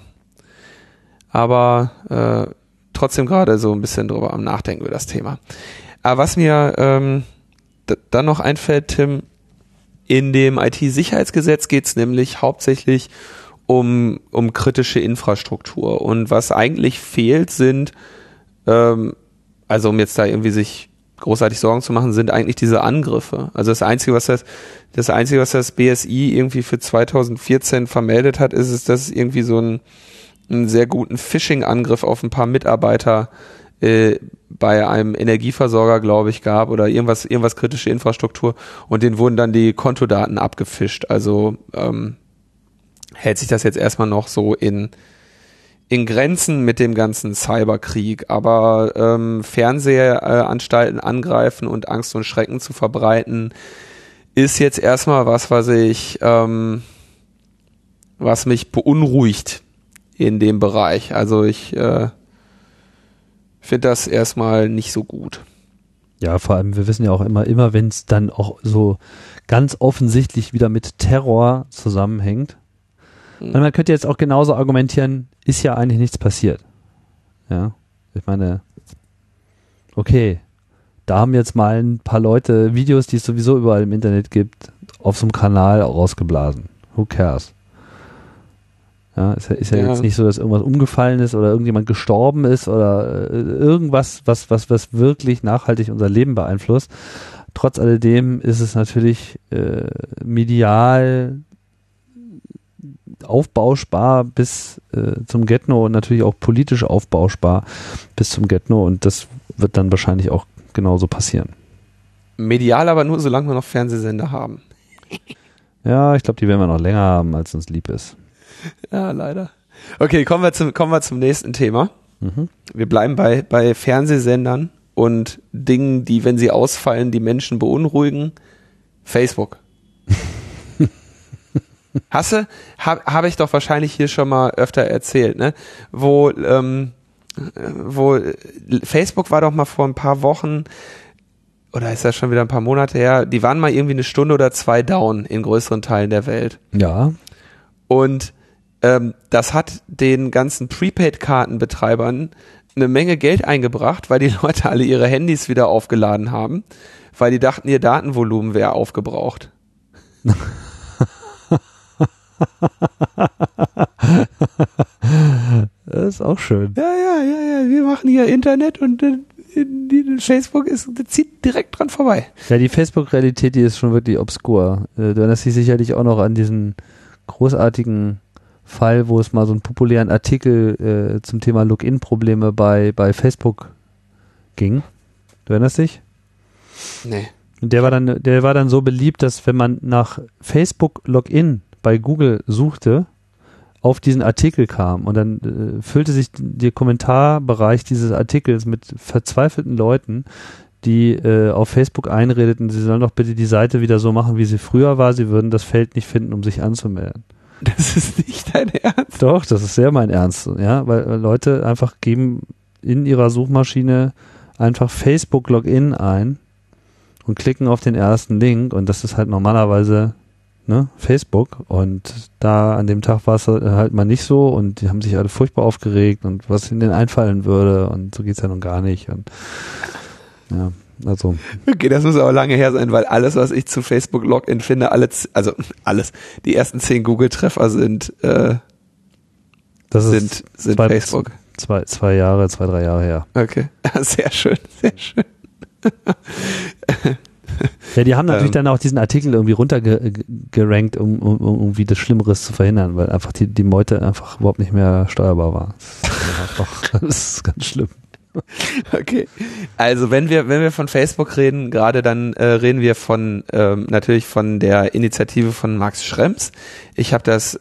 Aber trotzdem gerade so ein bisschen drüber am Nachdenken über das Thema. Aber was mir dann noch einfällt, Tim, in dem IT-Sicherheitsgesetz geht es nämlich hauptsächlich um kritische Infrastruktur. Und was eigentlich fehlt sind, also um jetzt da irgendwie sich großartig Sorgen zu machen, sind eigentlich diese Angriffe. Also das Einzige, was das BSI irgendwie für 2014 vermeldet hat, ist, dass es irgendwie so einen sehr guten Phishing-Angriff auf ein paar Mitarbeiter bei einem Energieversorger, glaube ich, gab oder irgendwas kritische Infrastruktur und denen wurden dann die Kontodaten abgefischt. Also hält sich das jetzt erstmal noch so in Grenzen mit dem ganzen Cyberkrieg, aber Fernsehanstalten angreifen und Angst und Schrecken zu verbreiten, ist jetzt erstmal was mich beunruhigt in dem Bereich. Also ich finde das erstmal nicht so gut. Ja, vor allem, wir wissen ja auch immer, wenn es dann auch so ganz offensichtlich wieder mit Terror zusammenhängt. Und man könnte jetzt auch genauso argumentieren, ist ja eigentlich nichts passiert. Ja, ich meine, okay, da haben jetzt mal ein paar Leute Videos, die es sowieso überall im Internet gibt, auf so einem Kanal rausgeblasen. Who cares? Ja, ist ja jetzt nicht so, dass irgendwas umgefallen ist oder irgendjemand gestorben ist oder irgendwas, was wirklich nachhaltig unser Leben beeinflusst. Trotz alledem ist es natürlich medial aufbauschbar bis zum Get-No und natürlich auch politisch aufbauschbar bis zum Get-No und das wird dann wahrscheinlich auch genauso passieren. Medial aber nur, solange wir noch Fernsehsender haben. Ja, ich glaube, die werden wir noch länger haben, als uns lieb ist. Ja, leider. Okay, kommen wir zum nächsten Thema. Mhm. Wir bleiben bei Fernsehsendern und Dingen, die, wenn sie ausfallen, die Menschen beunruhigen. Facebook. Habe ich doch wahrscheinlich hier schon mal öfter erzählt, ne? Wo Facebook war doch mal vor ein paar Wochen, oder ist das schon wieder ein paar Monate her, die waren mal irgendwie eine Stunde oder zwei down in größeren Teilen der Welt. Ja. Und das hat den ganzen Prepaid-Kartenbetreibern eine Menge Geld eingebracht, weil die Leute alle ihre Handys wieder aufgeladen haben, weil die dachten, ihr Datenvolumen wäre aufgebraucht. Das ist auch schön. Ja, wir machen hier Internet und Facebook zieht direkt dran vorbei. Ja, die Facebook-Realität, die ist schon wirklich obskur. Du erinnerst dich sicherlich auch noch an diesen großartigen Fall, wo es mal so einen populären Artikel zum Thema Login-Probleme bei Facebook ging. Du erinnerst dich? Nee. Und der war dann so beliebt, dass wenn man nach Facebook-Login bei Google suchte, auf diesen Artikel kam und dann füllte sich der Kommentarbereich dieses Artikels mit verzweifelten Leuten, die auf Facebook einredeten, sie sollen doch bitte die Seite wieder so machen, wie sie früher war. Sie würden das Feld nicht finden, um sich anzumelden. Das ist nicht dein Ernst? Doch, das ist sehr mein Ernst. Ja, weil Leute einfach geben in ihrer Suchmaschine einfach Facebook-Login ein und klicken auf den ersten Link und das ist halt normalerweise Facebook und da an dem Tag war es halt mal nicht so und die haben sich alle furchtbar aufgeregt und was ihnen denn einfallen würde und so geht's ja nun gar nicht und ja, also. Okay, das muss aber lange her sein, weil alles, was ich zu Facebook Login finde, alles, die ersten 10 Google-Treffer sind Facebook. 2 Jahre, 2-3 Jahre her. Okay, sehr schön, sehr schön. Ja, die haben natürlich dann auch diesen Artikel irgendwie runtergerankt, um irgendwie das Schlimmeres zu verhindern, weil einfach die Meute einfach überhaupt nicht mehr steuerbar war. Das ist ganz schlimm. Okay, also wenn wir von Facebook reden, gerade dann reden wir von natürlich von der Initiative von Max Schrems. Ich habe das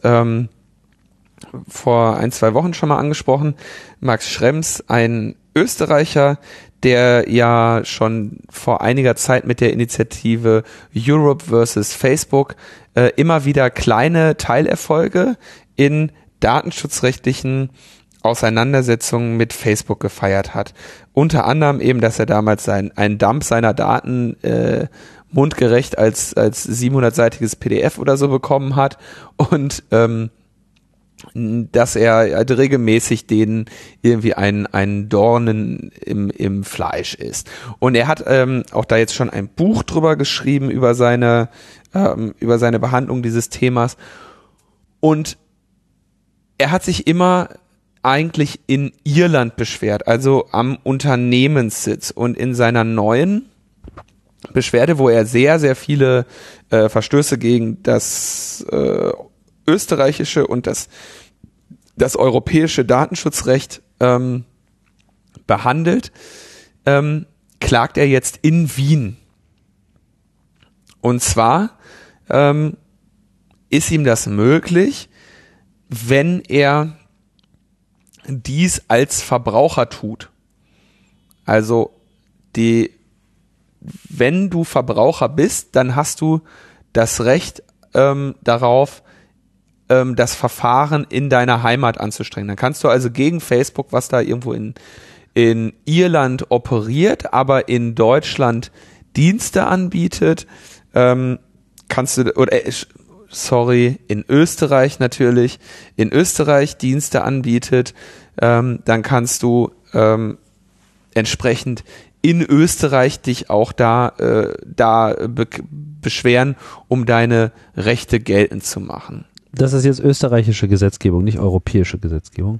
vor 1-2 Wochen schon mal angesprochen. Max Schrems, ein Österreicher, der ja schon vor einiger Zeit mit der Initiative Europe versus Facebook immer wieder kleine Teilerfolge in datenschutzrechtlichen Auseinandersetzungen mit Facebook gefeiert hat. Unter anderem eben, dass er damals einen Dump seiner Daten mundgerecht als 700-seitiges PDF oder so bekommen hat und dass er halt regelmäßig denen irgendwie einen Dornen im Fleisch ist. Und er hat auch da jetzt schon ein Buch drüber geschrieben über seine Behandlung dieses Themas. Und er hat sich immer eigentlich in Irland beschwert, also am Unternehmenssitz. Und in seiner neuen Beschwerde, wo er sehr, sehr viele Verstöße gegen das österreichische und das europäische Datenschutzrecht behandelt, klagt er jetzt in Wien. Und zwar ist ihm das möglich, wenn er dies als Verbraucher tut. Also wenn du Verbraucher bist, dann hast du das Recht darauf, das Verfahren in deiner Heimat anzustrengen. Dann kannst du also gegen Facebook, was da irgendwo in Irland operiert, aber in Deutschland Dienste anbietet, in Österreich natürlich, in Österreich Dienste anbietet, dann kannst du entsprechend in Österreich dich auch da beschweren, um deine Rechte geltend zu machen. Das ist jetzt österreichische Gesetzgebung, nicht europäische Gesetzgebung.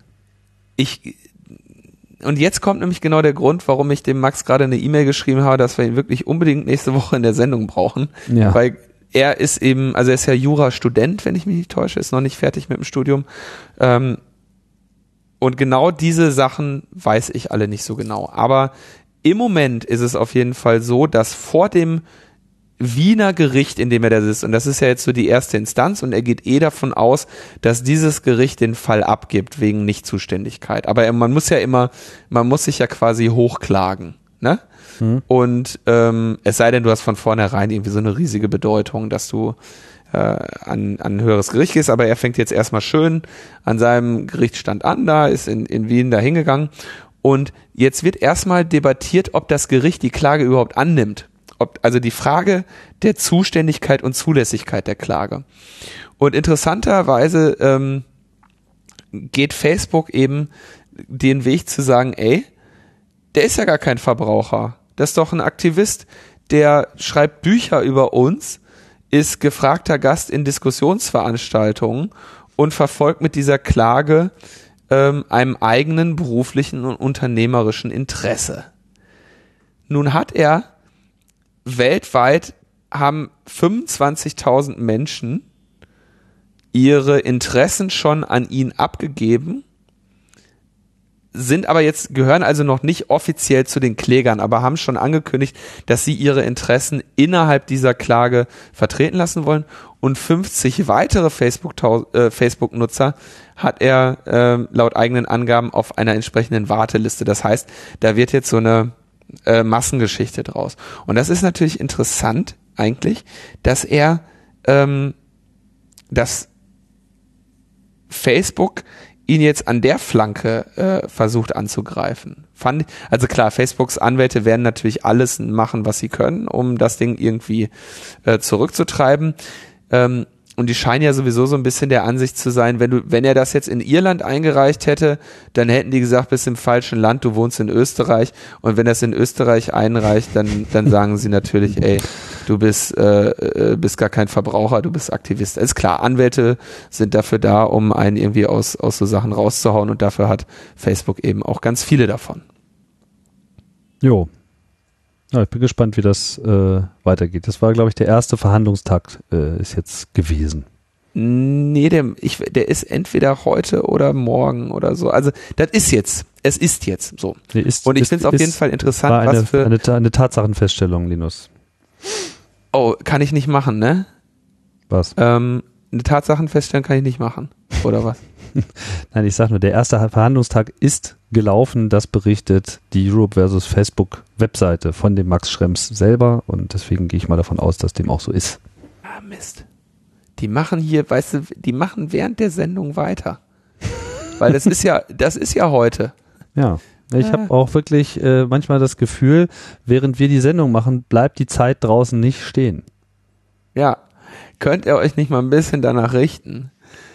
Und jetzt kommt nämlich genau der Grund, warum ich dem Max gerade eine E-Mail geschrieben habe, dass wir ihn wirklich unbedingt nächste Woche in der Sendung brauchen. Ja. Weil er ist eben, also er ist ja Jurastudent, wenn ich mich nicht täusche, ist noch nicht fertig mit dem Studium. Und genau diese Sachen weiß ich alle nicht so genau. Aber im Moment ist es auf jeden Fall so, dass vor dem Wiener Gericht, in dem er da sitzt, und das ist ja jetzt so die erste Instanz, und er geht davon aus, dass dieses Gericht den Fall abgibt wegen Nichtzuständigkeit. Aber man muss sich ja quasi hochklagen, ne? Und es sei denn, du hast von vornherein irgendwie so eine riesige Bedeutung, dass du an ein höheres Gericht gehst, aber er fängt jetzt erstmal schön an seinem Gerichtsstand an, da ist in Wien da hingegangen, und jetzt wird erstmal debattiert, ob das Gericht die Klage überhaupt annimmt. Also die Frage der Zuständigkeit und Zulässigkeit der Klage. Und interessanterweise geht Facebook eben den Weg zu sagen, ey, der ist ja gar kein Verbraucher. Das ist doch ein Aktivist, der schreibt Bücher über uns, ist gefragter Gast in Diskussionsveranstaltungen und verfolgt mit dieser Klage einem eigenen beruflichen und unternehmerischen Interesse. Nun hat er weltweit haben 25.000 Menschen ihre Interessen schon an ihn abgegeben, gehören also noch nicht offiziell zu den Klägern, aber haben schon angekündigt, dass sie ihre Interessen innerhalb dieser Klage vertreten lassen wollen, und 50 weitere Facebook-Nutzer hat er laut eigenen Angaben auf einer entsprechenden Warteliste. Das heißt, da wird jetzt so eine Massengeschichte draus. Und das ist natürlich interessant eigentlich, dass dass Facebook ihn jetzt an der Flanke versucht anzugreifen. Also klar, Facebooks Anwälte werden natürlich alles machen, was sie können, um das Ding irgendwie zurückzutreiben. Und die scheinen ja sowieso so ein bisschen der Ansicht zu sein, wenn er das jetzt in Irland eingereicht hätte, dann hätten die gesagt, bist im falschen Land, du wohnst in Österreich. Und wenn er es in Österreich einreicht, dann sagen sie natürlich, ey, du bist gar kein Verbraucher, du bist Aktivist. Ist klar, Anwälte sind dafür da, um einen irgendwie aus so Sachen rauszuhauen, und dafür hat Facebook eben auch ganz viele davon. Jo. Ja, ich bin gespannt, wie das weitergeht. Das war, glaube ich, der erste Verhandlungstag ist jetzt gewesen. Nee, der ist entweder heute oder morgen oder so. Also das ist jetzt. Es ist jetzt so. Und ich finde es auf jeden Fall interessant, was für eine Tatsachenfeststellung, Linus. Oh, kann ich nicht machen, ne? Was? Eine Tatsachenfeststellung kann ich nicht machen, oder was? Nein, ich sag nur, der erste Verhandlungstag ist gelaufen, das berichtet die Europe versus Facebook Webseite von dem Max Schrems selber, und deswegen gehe ich mal davon aus, dass dem auch so ist. Ah, Mist. Die machen hier, weißt du, die machen während der Sendung weiter. Weil das ist ja heute. Ja, ich habe auch wirklich manchmal das Gefühl, während wir die Sendung machen, bleibt die Zeit draußen nicht stehen. Ja, könnt ihr euch nicht mal ein bisschen danach richten?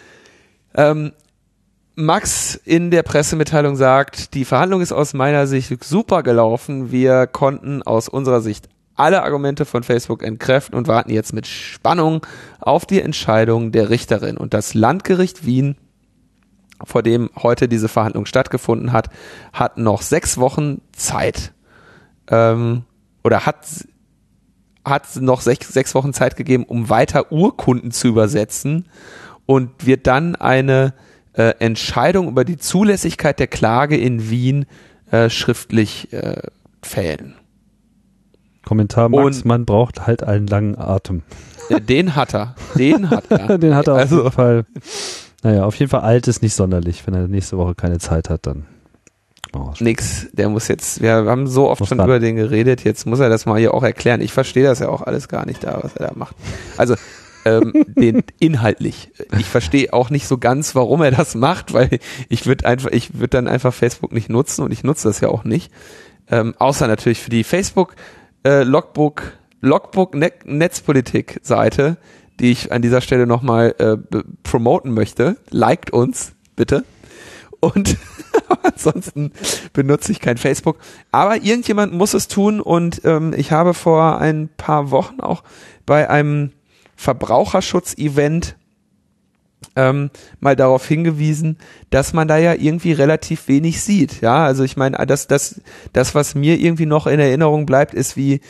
Max in der Pressemitteilung sagt, die Verhandlung ist aus meiner Sicht super gelaufen. Wir konnten aus unserer Sicht alle Argumente von Facebook entkräften und warten jetzt mit Spannung auf die Entscheidung der Richterin. Und das Landgericht Wien, vor dem heute diese Verhandlung stattgefunden hat, hat noch 6 Wochen Zeit. Oder hat noch 6 Wochen Zeit gegeben, um weiter Urkunden zu übersetzen, und wird dann eine Entscheidung über die Zulässigkeit der Klage in Wien schriftlich fällen. Kommentar Max, man braucht halt einen langen Atem. Den hat er. Den hat er auf jeden Fall. Naja, auf jeden Fall alt ist nicht sonderlich. Wenn er nächste Woche keine Zeit hat, dann nix. Der muss jetzt, wir haben so oft schon über den geredet, jetzt muss er das mal hier auch erklären. Ich verstehe das ja auch alles gar nicht da, was er da macht. Also den inhaltlich. Ich verstehe auch nicht so ganz, warum er das macht, weil ich würde dann einfach Facebook nicht nutzen, und ich nutze das ja auch nicht. Außer natürlich für die Facebook Logbook Netzpolitik Seite, die ich an dieser Stelle nochmal promoten möchte. Liked uns, bitte. Und ansonsten benutze ich kein Facebook. Aber irgendjemand muss es tun, und ich habe vor ein paar Wochen auch bei einem Verbraucherschutz-Event mal darauf hingewiesen, dass man da ja irgendwie relativ wenig sieht. Ja, also ich meine, das, was mir irgendwie noch in Erinnerung bleibt, ist wie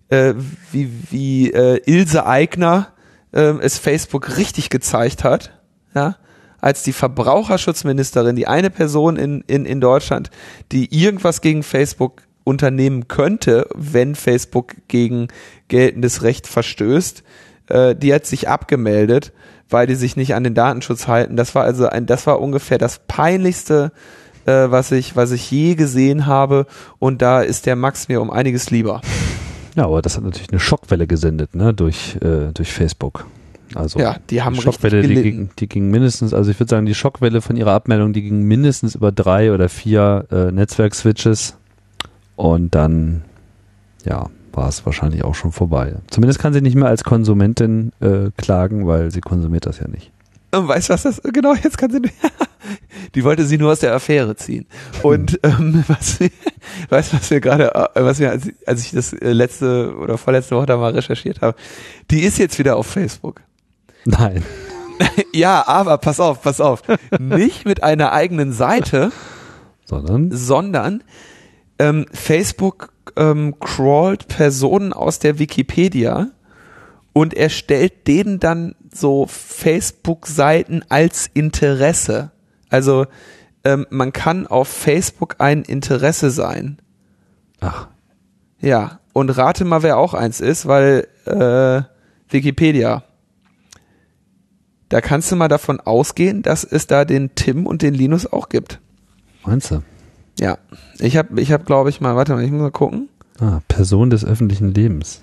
Ilse Aigner es Facebook richtig gezeigt hat, ja, als die Verbraucherschutzministerin, die eine Person in Deutschland, die irgendwas gegen Facebook unternehmen könnte, wenn Facebook gegen geltendes Recht verstößt, die hat sich abgemeldet, weil die sich nicht an den Datenschutz halten. Das war ungefähr das Peinlichste, was ich je gesehen habe, und da ist der Max mir um einiges lieber. Ja, aber das hat natürlich eine Schockwelle gesendet, ne, durch Facebook. Also ja, die haben die Schockwelle, die ging mindestens, also ich würde sagen, die Schockwelle von ihrer Abmeldung, die ging mindestens über 3 oder 4 Netzwerkswitches, und dann, ja, war es wahrscheinlich auch schon vorbei. Zumindest kann sie nicht mehr als Konsumentin klagen, weil sie konsumiert das ja nicht. Weißt du, was das, genau, jetzt kann sie, die wollte sie nur aus der Affäre ziehen. Und was wir gerade, als ich das letzte oder vorletzte Woche da mal recherchiert habe, die ist jetzt wieder auf Facebook. Nein. Ja, aber pass auf. Nicht mit einer eigenen Seite, sondern Facebook crawlt Personen aus der Wikipedia und erstellt denen dann so Facebook-Seiten als Interesse. Also man kann auf Facebook ein Interesse sein. Ach. Ja, und rate mal, wer auch eins ist, weil Wikipedia. Da kannst du mal davon ausgehen, dass es da den Tim und den Linus auch gibt. Meinst du? Ja, ich hab glaube ich mal, warte mal, ich muss mal gucken. Person des öffentlichen Lebens.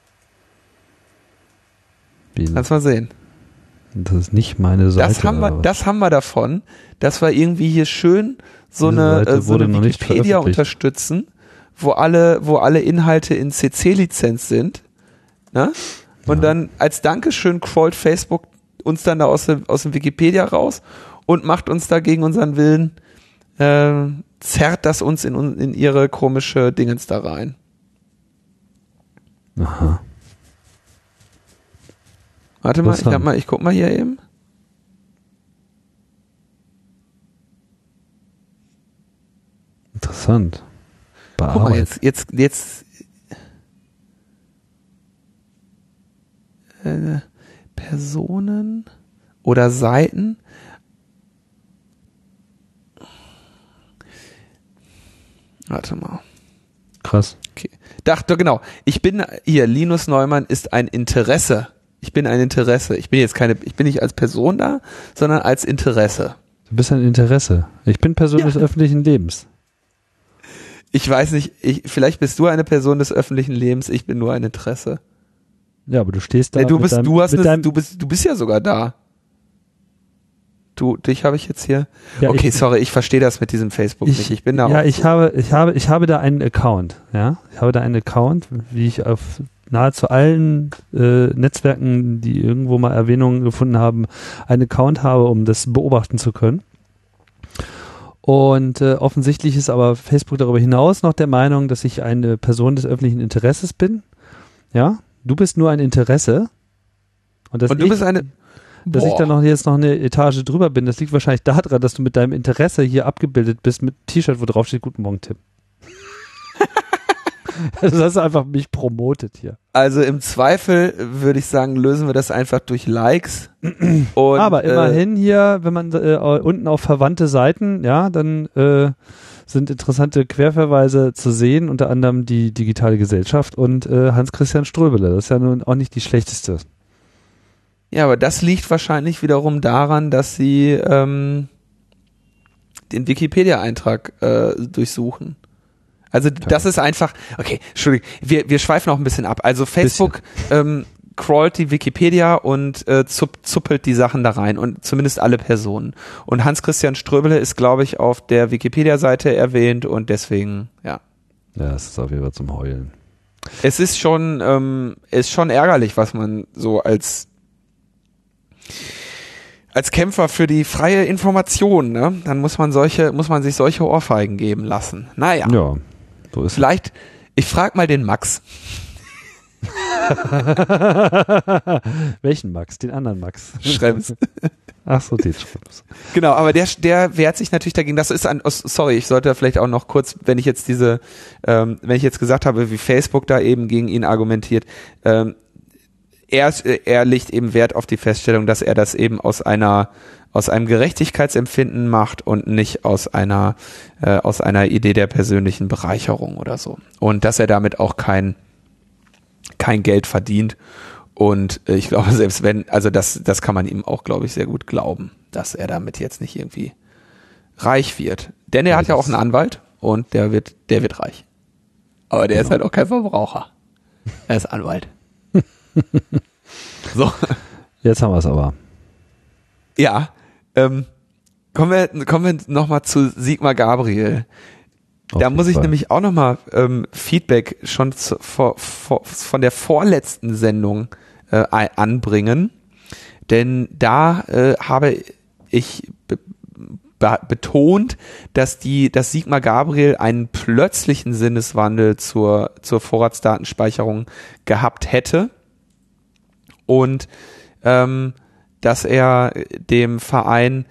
Kannst mal sehen. Das ist nicht meine Seite. Das haben wir davon, dass wir irgendwie hier schön so eine Wikipedia unterstützen, wo alle Inhalte in CC-Lizenz sind. Ne? Und dann als Dankeschön crawlt Facebook uns dann da aus dem Wikipedia raus und macht uns da gegen unseren Willen, zerrt das uns in ihre komische Dingens da rein. Aha. Warte mal, ich guck mal hier eben. Interessant. Guck mal, jetzt Personen oder Seiten. Warte mal. Krass. Okay. Dachte, genau. Linus Neumann ist ein Interesse. Ich bin ein Interesse. Ich bin nicht als Person da, sondern als Interesse. Du bist ein Interesse. Ich bin Person des öffentlichen Lebens. Ich weiß nicht, vielleicht bist du eine Person des öffentlichen Lebens, ich bin nur ein Interesse. Ja, aber du stehst da. Du bist ja sogar da. Dich habe ich jetzt hier. Ja, okay, sorry, ich verstehe das mit diesem Facebook nicht. Ich bin da ja, auch. Ich habe da einen Account. Ja, ich habe da einen Account, wie ich auf nahezu allen Netzwerken, die irgendwo mal Erwähnungen gefunden haben, einen Account habe, um das beobachten zu können. Und offensichtlich ist aber Facebook darüber hinaus noch der Meinung, dass ich eine Person des öffentlichen Interesses bin. Ja, du bist nur ein Interesse. Und du bist eine. Dass ich da jetzt noch eine Etage drüber bin, das liegt wahrscheinlich daran, dass du mit deinem Interesse hier abgebildet bist mit T-Shirt, wo drauf steht, Guten Morgen, Tim. Das hast du einfach mich promotet hier. Also im Zweifel würde ich sagen, lösen wir das einfach durch Likes. Und, aber immerhin hier, wenn man unten auf verwandte Seiten, ja, dann sind interessante Querverweise zu sehen, unter anderem die Digitale Gesellschaft und Hans-Christian Ströbele. Das ist ja nun auch nicht die schlechteste. Ja, aber das liegt wahrscheinlich wiederum daran, dass sie den Wikipedia-Eintrag durchsuchen. Also das ist einfach, okay, Entschuldigung, wir schweifen auch ein bisschen ab. Also Facebook crawlt die Wikipedia und zuppelt die Sachen da rein und zumindest alle Personen. Und Hans-Christian Ströbele ist, glaube ich, auf der Wikipedia-Seite erwähnt und deswegen, ja. Ja, es ist auf jeden Fall zum Heulen. Es ist schon ärgerlich, was man so als Kämpfer für die freie Information, ne? Dann muss man sich solche Ohrfeigen geben lassen. Naja. Ja, so ist vielleicht, ich frage mal den Max. Welchen Max? Den anderen Max. Schrems. Ach so, den Schrems. Genau, aber der wehrt sich natürlich dagegen. Das ist sorry, ich sollte vielleicht auch noch kurz, wenn ich jetzt gesagt habe, wie Facebook da eben gegen ihn argumentiert, er legt eben Wert auf die Feststellung, dass er das eben aus einem Gerechtigkeitsempfinden macht und nicht aus einer Idee der persönlichen Bereicherung oder so. Und dass er damit auch kein Geld verdient. Und ich glaube, selbst wenn, also das kann man ihm auch, glaube ich, sehr gut glauben, dass er damit jetzt nicht irgendwie reich wird. Denn er hat ja auch einen Anwalt und der wird reich. Aber der ist halt auch kein Verbraucher. Er ist Anwalt. So. Jetzt haben wir es aber. Ja. Kommen wir nochmal zu Sigmar Gabriel. Da muss ich nämlich auch nochmal Feedback schon von der vorletzten Sendung anbringen. Denn da habe ich betont, dass Sigmar Gabriel einen plötzlichen Sinneswandel zur Vorratsdatenspeicherung gehabt hätte und dass er dem Verein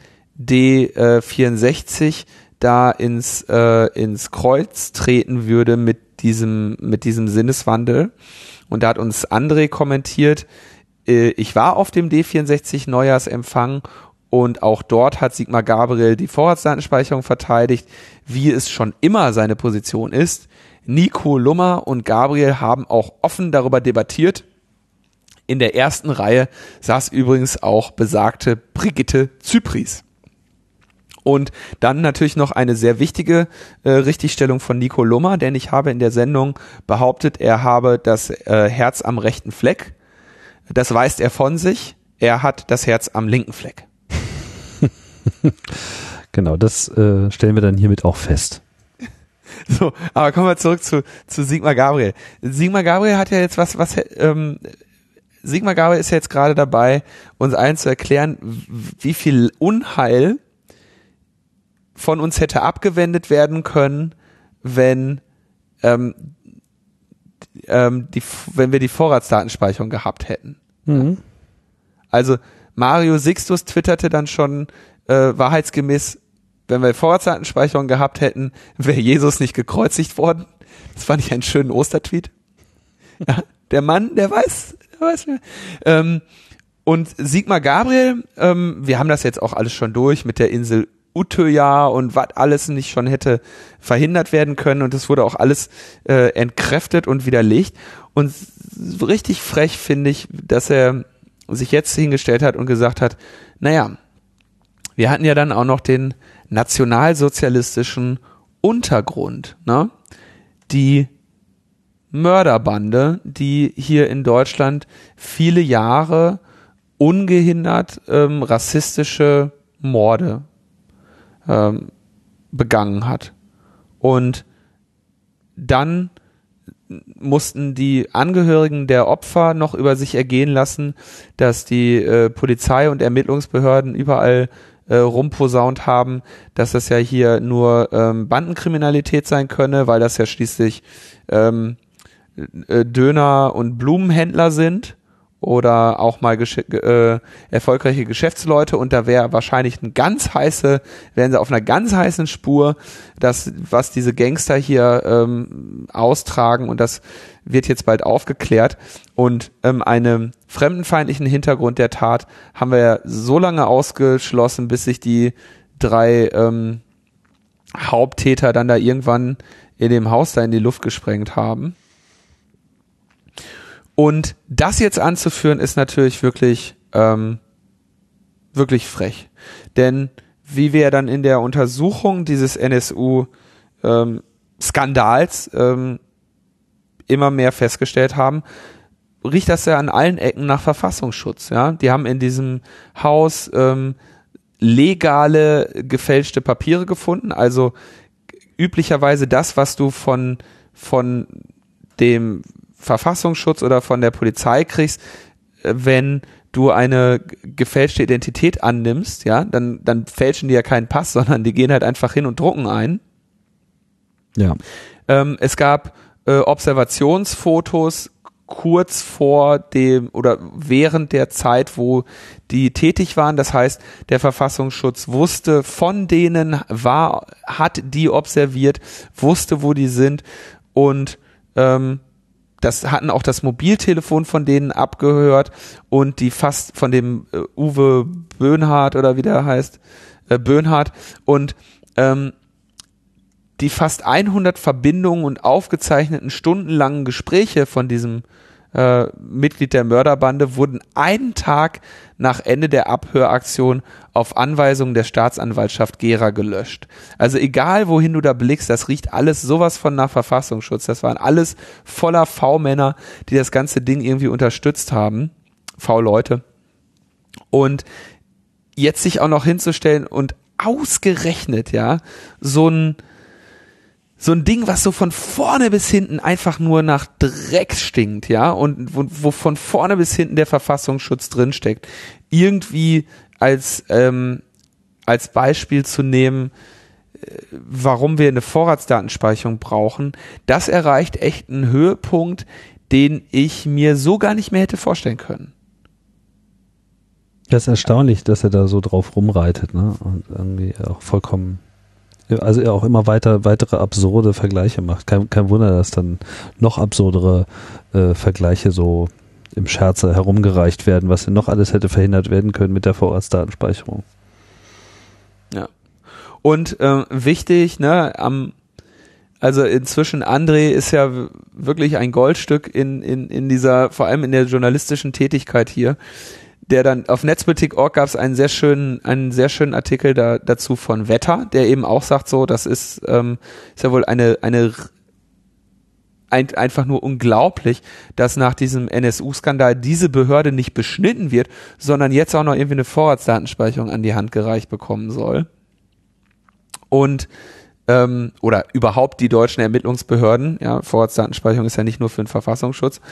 D64 da ins Kreuz treten würde mit diesem Sinneswandel. Und da hat uns André kommentiert, ich war auf dem D64 Neujahrsempfang und auch dort hat Sigmar Gabriel die Vorratsdatenspeicherung verteidigt, wie es schon immer seine Position ist. Nico Lummer und Gabriel haben auch offen darüber debattiert. In der ersten Reihe saß übrigens auch besagte Brigitte Zypries. Und dann natürlich noch eine sehr wichtige Richtigstellung von Nico Lummer, denn ich habe in der Sendung behauptet, er habe das Herz am rechten Fleck. Das weist er von sich. Er hat das Herz am linken Fleck. Genau, das stellen wir dann hiermit auch fest. So, aber kommen wir zurück zu Sigmar Gabriel. Sigmar Gabriel hat ja jetzt Sigmar Gabriel ist ja jetzt gerade dabei, uns allen zu erklären, wie viel Unheil von uns hätte abgewendet werden können, wenn wir die Vorratsdatenspeicherung gehabt hätten. Mhm. Also Mario Sixtus twitterte dann schon wahrheitsgemäß, wenn wir Vorratsdatenspeicherung gehabt hätten, wäre Jesus nicht gekreuzigt worden. Das fand ich einen schönen Ostertweet. Ja, der Mann, der weiß mehr. Und Sigmar Gabriel, wir haben das jetzt auch alles schon durch mit der Insel Utøya und was alles nicht schon hätte verhindert werden können, und das wurde auch alles entkräftet und widerlegt. Und so richtig frech finde ich, dass er sich jetzt hingestellt hat und gesagt hat, naja, wir hatten ja dann auch noch den nationalsozialistischen Untergrund, ne? Die Mörderbande, die hier in Deutschland viele Jahre ungehindert rassistische Morde begangen hat. Und dann mussten die Angehörigen der Opfer noch über sich ergehen lassen, dass die Polizei und Ermittlungsbehörden überall rumposaunt haben, dass das ja hier nur Bandenkriminalität sein könne, weil das ja schließlich Döner- und Blumenhändler sind oder auch mal erfolgreiche Geschäftsleute, und da wären sie auf einer ganz heißen Spur, was diese Gangster hier austragen, und das wird jetzt bald aufgeklärt. Und einen fremdenfeindlichen Hintergrund der Tat haben wir ja so lange ausgeschlossen, bis sich die 3 Haupttäter dann da irgendwann in dem Haus da in die Luft gesprengt haben. Und das jetzt anzuführen, ist natürlich wirklich frech. Denn wie wir dann in der Untersuchung dieses NSU-Skandals immer mehr festgestellt haben, riecht das ja an allen Ecken nach Verfassungsschutz. Ja? Die haben in diesem Haus legale gefälschte Papiere gefunden, also üblicherweise das, was du von dem Verfassungsschutz oder von der Polizei kriegst, wenn du eine gefälschte Identität annimmst, ja, dann fälschen die ja keinen Pass, sondern die gehen halt einfach hin und drucken ein. Ja. Es gab Observationsfotos kurz vor dem oder während der Zeit, wo die tätig waren. Das heißt, der Verfassungsschutz wusste von denen, hat die observiert, wusste, wo die sind, und hatten auch das Mobiltelefon von denen abgehört, und die fast von dem Uwe Böhnhardt oder wie der heißt, Böhnhardt, und die fast 100 Verbindungen und aufgezeichneten stundenlangen Gespräche von diesem Mitglied der Mörderbande wurden einen Tag nach Ende der Abhöraktion auf Anweisung der Staatsanwaltschaft Gera gelöscht. Also egal, wohin du da blickst, das riecht alles sowas von nach Verfassungsschutz. Das waren alles voller V-Männer, die das ganze Ding irgendwie unterstützt haben. V-Leute. Und jetzt sich auch noch hinzustellen und ausgerechnet, ja, so ein Ding, was so von vorne bis hinten einfach nur nach Dreck stinkt, ja, und wo von vorne bis hinten der Verfassungsschutz drinsteckt, irgendwie als Beispiel zu nehmen, warum wir eine Vorratsdatenspeicherung brauchen, das erreicht echt einen Höhepunkt, den ich mir so gar nicht mehr hätte vorstellen können. Das ist erstaunlich, dass er da so drauf rumreitet, ne, und irgendwie auch vollkommen, also er auch immer weitere absurde Vergleiche macht. Kein Wunder, dass dann noch absurdere Vergleiche so im Scherze herumgereicht werden, was denn noch alles hätte verhindert werden können mit der Vorratsdatenspeicherung. Ja. Und wichtig, ne, also inzwischen André ist ja wirklich ein Goldstück in dieser, vor allem in der journalistischen Tätigkeit hier. der dann auf Netzpolitik.org gab es einen sehr schönen Artikel dazu von Wetter, der eben auch sagt, so, das ist ja wohl einfach nur unglaublich, dass nach diesem NSU-Skandal diese Behörde nicht beschnitten wird, sondern jetzt auch noch irgendwie eine Vorratsdatenspeicherung an die Hand gereicht bekommen soll. Und oder überhaupt die deutschen Ermittlungsbehörden, ja, Vorratsdatenspeicherung ist ja nicht nur für den Verfassungsschutz.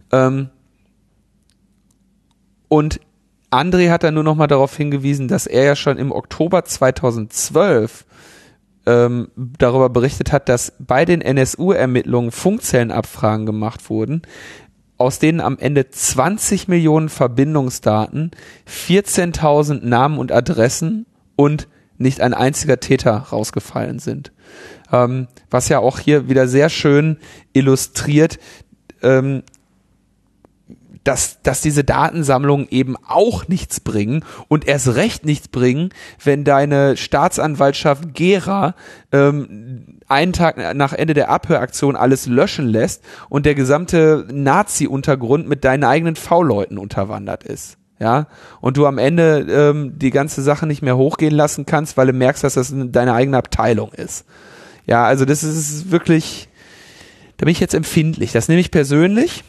Und André hat dann nur noch mal darauf hingewiesen, dass er ja schon im Oktober 2012 darüber berichtet hat, dass bei den NSU-Ermittlungen Funkzellenabfragen gemacht wurden, aus denen am Ende 20 Millionen Verbindungsdaten, 14.000 Namen und Adressen und nicht ein einziger Täter rausgefallen sind. Was ja auch hier wieder sehr schön illustriert, dass diese Datensammlungen eben auch nichts bringen und erst recht nichts bringen, wenn deine Staatsanwaltschaft Gera einen Tag nach Ende der Abhöraktion alles löschen lässt und der gesamte Nazi-Untergrund mit deinen eigenen V-Leuten unterwandert ist. Ja, und du am Ende die ganze Sache nicht mehr hochgehen lassen kannst, weil du merkst, dass das deine eigene Abteilung ist. Ja, also das ist wirklich, da bin ich jetzt empfindlich. Das nehme ich persönlich.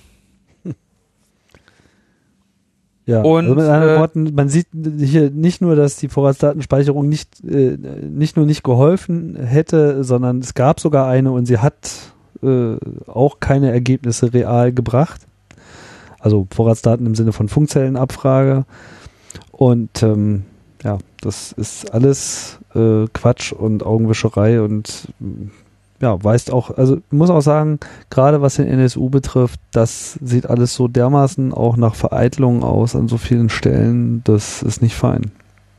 Ja, und also mit anderen Worten, man sieht hier nicht nur, dass die Vorratsdatenspeicherung nicht nur nicht geholfen hätte, sondern es gab sogar eine und sie hat auch keine Ergebnisse real gebracht. Also Vorratsdaten im Sinne von Funkzellenabfrage. Und ja, das ist alles Quatsch und Augenwischerei und ja, weist auch, also ich muss auch sagen, gerade was den NSU betrifft, das sieht alles so dermaßen auch nach Vereitelung aus an so vielen Stellen, das ist nicht fein.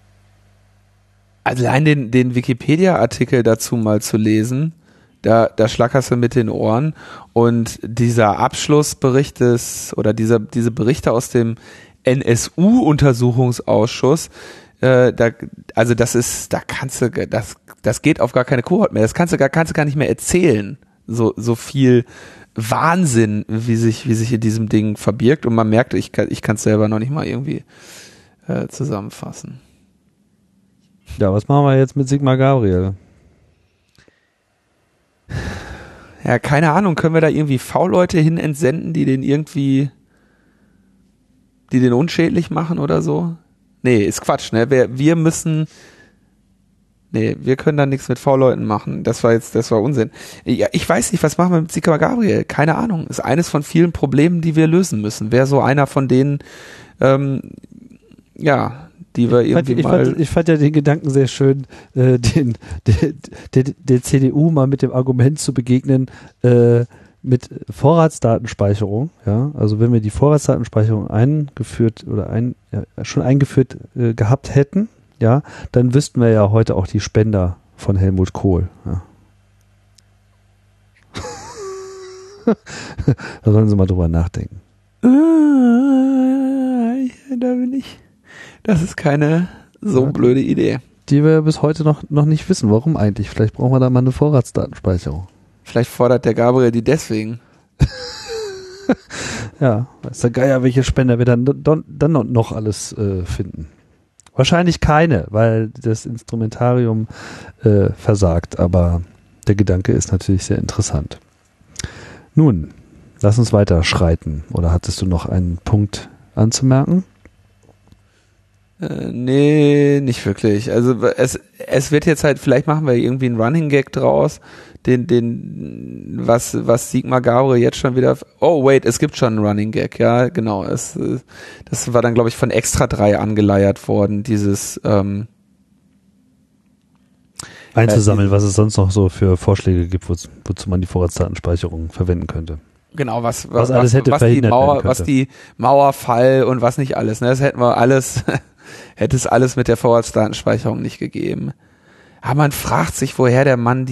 Also allein den Wikipedia-Artikel dazu mal zu lesen, da schlackerst du mit den Ohren und dieser Abschlussbericht diese Berichte aus dem NSU-Untersuchungsausschuss, das geht auf gar keine Kohort mehr. Das kannst du gar nicht mehr erzählen. So viel Wahnsinn, wie sich in diesem Ding verbirgt und man merkt, ich kann es selber noch nicht mal irgendwie zusammenfassen. Ja, was machen wir jetzt mit Sigmar Gabriel? Ja, keine Ahnung, können wir da irgendwie V-Leute hin entsenden, die den unschädlich machen oder so? Nee, ist Quatsch, ne? Wir können da nichts mit V-Leuten machen. Das war Unsinn. Ja, ich weiß nicht, was machen wir mit Sigmar Gabriel? Keine Ahnung. Ist eines von vielen Problemen, die wir lösen müssen. Wäre so einer von denen, die wir ich fand ja den Gedanken sehr schön, der CDU mal mit dem Argument zu begegnen, mit Vorratsdatenspeicherung, ja, also wenn wir die Vorratsdatenspeicherung schon eingeführt gehabt hätten, ja, dann wüssten wir ja heute auch die Spender von Helmut Kohl. Ja. Da sollen Sie mal drüber nachdenken. Da bin ich. Das ist keine so blöde Idee. Die wir bis heute noch nicht wissen. Warum eigentlich? Vielleicht brauchen wir da mal eine Vorratsdatenspeicherung. Vielleicht fordert der Gabriel die deswegen. Ja, weiß der Geier, welche Spender wir dann noch alles finden. Wahrscheinlich keine, weil das Instrumentarium versagt, aber der Gedanke ist natürlich sehr interessant. Nun, lass uns weiter schreiten. Oder hattest du noch einen Punkt anzumerken? Nee, nicht wirklich. Also es wird jetzt halt, vielleicht machen wir irgendwie einen Running Gag draus, was Sigmar Gabriel jetzt schon wieder, oh wait, es gibt schon einen Running Gag, ja, genau. Das war dann, glaube ich, von Extra 3 angeleiert worden, dieses einzusammeln, was es sonst noch so für Vorschläge gibt, wozu man die Vorratsdatenspeicherung verwenden könnte. Genau, was alles hätte verhindert werden könnte. Was die Mauerfall und was nicht alles, ne? Das hätten wir alles, hätte es alles mit der Vorratsdatenspeicherung nicht gegeben. Aber man fragt sich, woher der Mann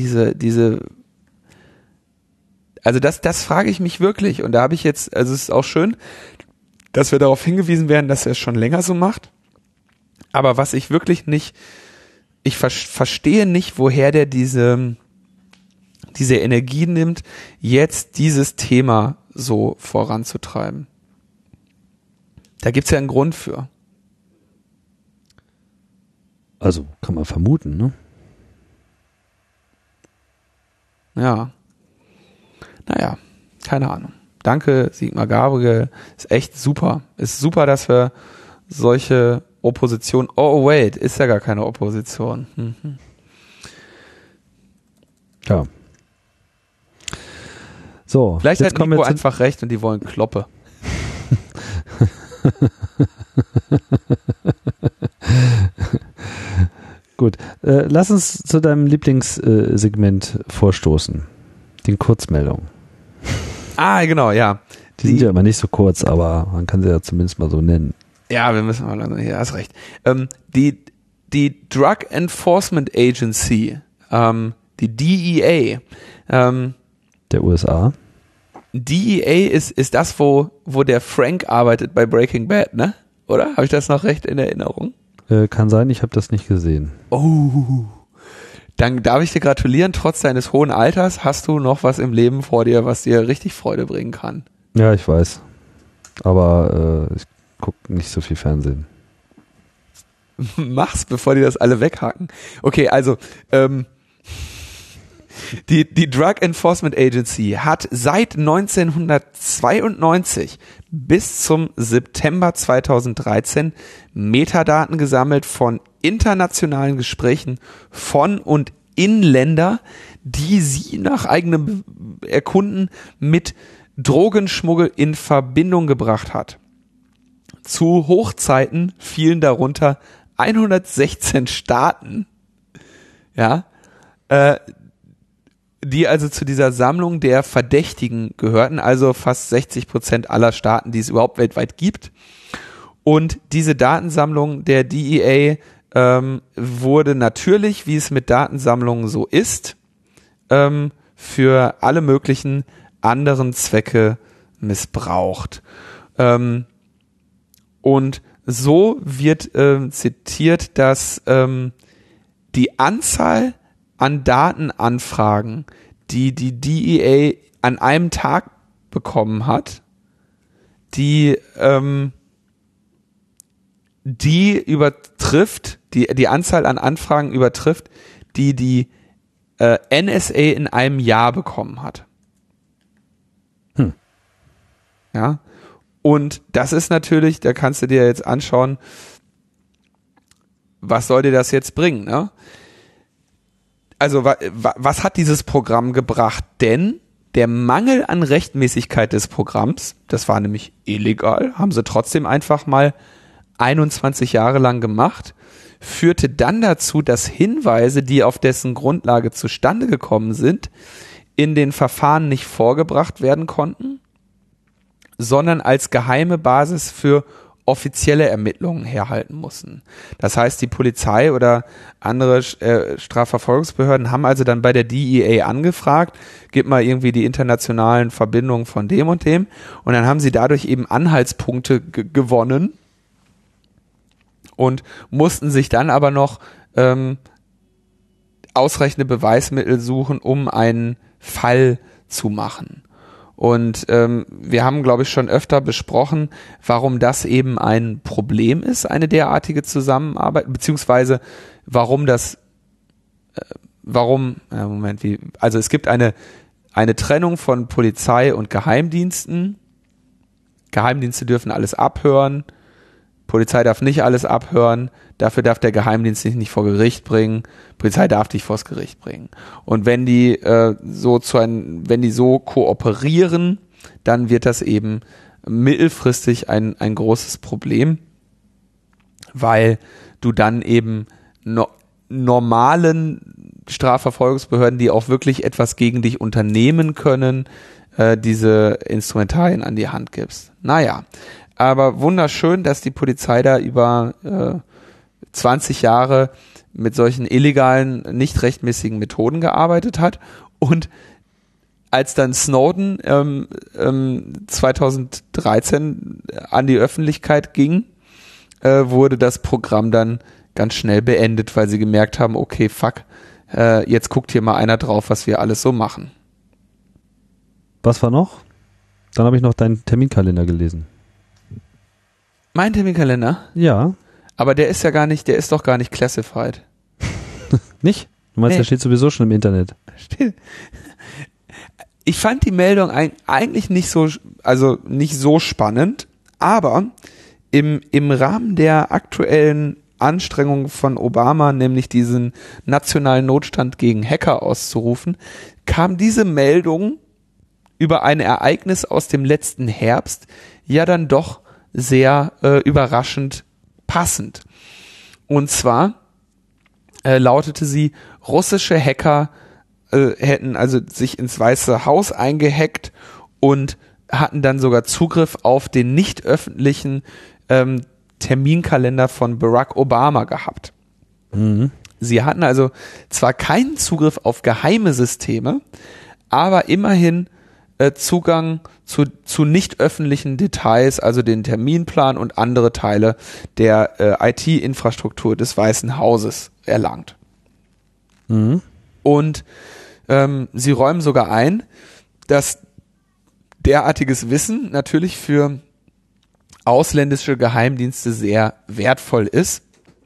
also das frage ich mich wirklich. Und da habe ich jetzt, also es ist auch schön, dass wir darauf hingewiesen werden, dass er es schon länger so macht. Aber was ich wirklich nicht, ich verstehe nicht, woher der diese Energie nimmt, jetzt dieses Thema so voranzutreiben. Da gibt's ja einen Grund für. Also kann man vermuten, ne? Ja. Naja, keine Ahnung. Danke, Sigmar Gabriel. Ist echt super. Ist super, dass wir solche Opposition. Oh, wait, ist ja gar keine Opposition. Mhm. Ja. So, Vielleicht jetzt hat kommen Nico wir zu einfach recht und die wollen Kloppe. Gut, lass uns zu deinem Lieblingssegment vorstoßen. Den Kurzmeldungen. Ah, genau, ja. Die sind ja immer nicht so kurz, aber man kann sie ja zumindest mal so nennen. Ja, wir müssen mal, ja, hast recht. Die Drug Enforcement Agency, die DEA, Der USA. DEA ist das, wo der Frank arbeitet bei Breaking Bad, ne? Oder? Habe ich das noch recht in Erinnerung? Kann sein, ich habe das nicht gesehen. Oh. Dann darf ich dir gratulieren, trotz deines hohen Alters hast du noch was im Leben vor dir, was dir richtig Freude bringen kann. Ja, ich weiß. Aber ich gucke nicht so viel Fernsehen. Mach's, bevor die das alle weghaken. Okay, also die Drug Enforcement Agency hat seit 1992 bis zum September 2013 Metadaten gesammelt von internationalen Gesprächen von und in Länder, die sie nach eigenem Erkunden mit Drogenschmuggel in Verbindung gebracht hat. Zu Hochzeiten fielen darunter 116 Staaten, ja, die also zu dieser Sammlung der Verdächtigen gehörten, also fast 60% aller Staaten, die es überhaupt weltweit gibt. Und diese Datensammlung der DEA wurde natürlich, wie es mit Datensammlungen so ist, für alle möglichen anderen Zwecke missbraucht. Und so wird zitiert, dass die Anzahl an Datenanfragen, die DEA an einem Tag bekommen hat, die übertrifft, die Anzahl an Anfragen übertrifft, die NSA in einem Jahr bekommen hat. Ja. Und das ist natürlich, da kannst du dir jetzt anschauen, was soll dir das jetzt bringen, ne? Also was hat dieses Programm gebracht? Denn der Mangel an Rechtmäßigkeit des Programms, das war nämlich illegal, haben sie trotzdem einfach mal 21 Jahre lang gemacht, führte dann dazu, dass Hinweise, die auf dessen Grundlage zustande gekommen sind, in den Verfahren nicht vorgebracht werden konnten, sondern als geheime Basis für offizielle Ermittlungen herhalten mussten. Das heißt, die Polizei oder andere Strafverfolgungsbehörden haben also dann bei der DEA angefragt, gib mal irgendwie die internationalen Verbindungen von dem und dem, und dann haben sie dadurch eben Anhaltspunkte gewonnen und mussten sich dann aber noch ausreichende Beweismittel suchen, um einen Fall zu machen. Und wir haben, glaube ich, schon öfter besprochen, warum das eben ein Problem ist, eine derartige Zusammenarbeit, beziehungsweise also es gibt eine Trennung von Polizei und Geheimdiensten. Geheimdienste dürfen alles abhören, Polizei darf nicht alles abhören, dafür darf der Geheimdienst dich nicht vor Gericht bringen, Polizei darf dich vors Gericht bringen. Und wenn die so kooperieren, dann wird das eben mittelfristig ein großes Problem, weil du dann eben normalen Strafverfolgungsbehörden, die auch wirklich etwas gegen dich unternehmen können, diese Instrumentarien an die Hand gibst. Naja, aber wunderschön, dass die Polizei da über 20 Jahre mit solchen illegalen, nicht rechtmäßigen Methoden gearbeitet hat. Und als dann Snowden 2013 an die Öffentlichkeit ging, wurde das Programm dann ganz schnell beendet, weil sie gemerkt haben, okay, fuck, jetzt guckt hier mal einer drauf, was wir alles so machen. Was war noch? Dann habe ich noch deinen Terminkalender gelesen. Mein Terminkalender? Ja. Aber der ist doch gar nicht classified. Nicht? Du meinst, der steht sowieso schon im Internet. Ich fand die Meldung eigentlich nicht so spannend, aber im Rahmen der aktuellen Anstrengungen von Obama, nämlich diesen nationalen Notstand gegen Hacker auszurufen, kam diese Meldung über ein Ereignis aus dem letzten Herbst ja dann doch sehr überraschend passend. Und zwar lautete sie, russische Hacker hätten also sich ins Weiße Haus eingehackt und hatten dann sogar Zugriff auf den nicht öffentlichen Terminkalender von Barack Obama gehabt. Mhm. Sie hatten also zwar keinen Zugriff auf geheime Systeme, aber immerhin Zugang zu nicht öffentlichen Details, also den Terminplan und andere Teile der IT-Infrastruktur des Weißen Hauses erlangt. Mhm. Und sie räumen sogar ein, dass derartiges Wissen natürlich für ausländische Geheimdienste sehr wertvoll ist.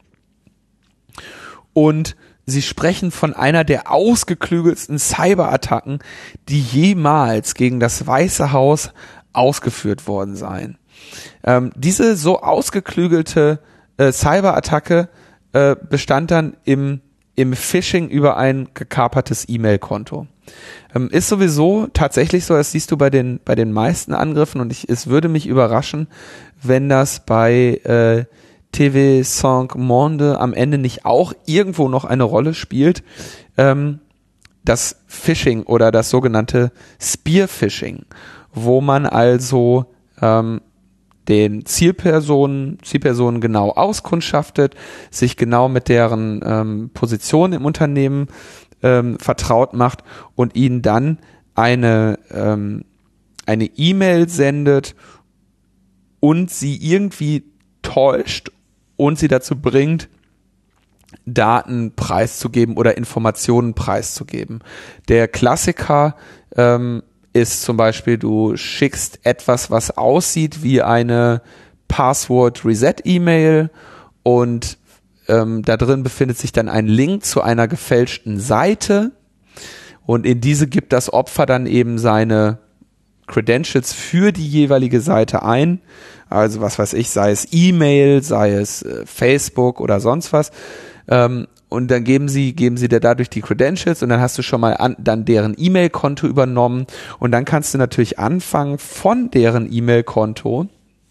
Und sie sprechen von einer der ausgeklügelsten Cyberattacken, die jemals gegen das Weiße Haus ausgeführt worden seien. Diese so ausgeklügelte Cyberattacke bestand dann im Phishing über ein gekapertes E-Mail-Konto. Ist sowieso tatsächlich so, das siehst du bei den meisten Angriffen, und es würde mich überraschen, wenn das bei TV5 Monde am Ende nicht auch irgendwo noch eine Rolle spielt, das Phishing oder das sogenannte Spear-Phishing, wo man also den Zielpersonen genau auskundschaftet, sich genau mit deren Position im Unternehmen vertraut macht und ihnen dann eine E-Mail sendet und sie irgendwie täuscht und sie dazu bringt, Daten preiszugeben oder Informationen preiszugeben. Der Klassiker ist zum Beispiel, du schickst etwas, was aussieht wie eine Password-Reset-E-Mail und da drin befindet sich dann ein Link zu einer gefälschten Seite und in diese gibt das Opfer dann eben seine Credentials für die jeweilige Seite ein. Also was weiß ich, sei es E-Mail, sei es Facebook oder sonst was. Und dann geben sie dir dadurch die Credentials und dann hast du schon mal dann deren E-Mail-Konto übernommen und dann kannst du natürlich anfangen, von deren E-Mail-Konto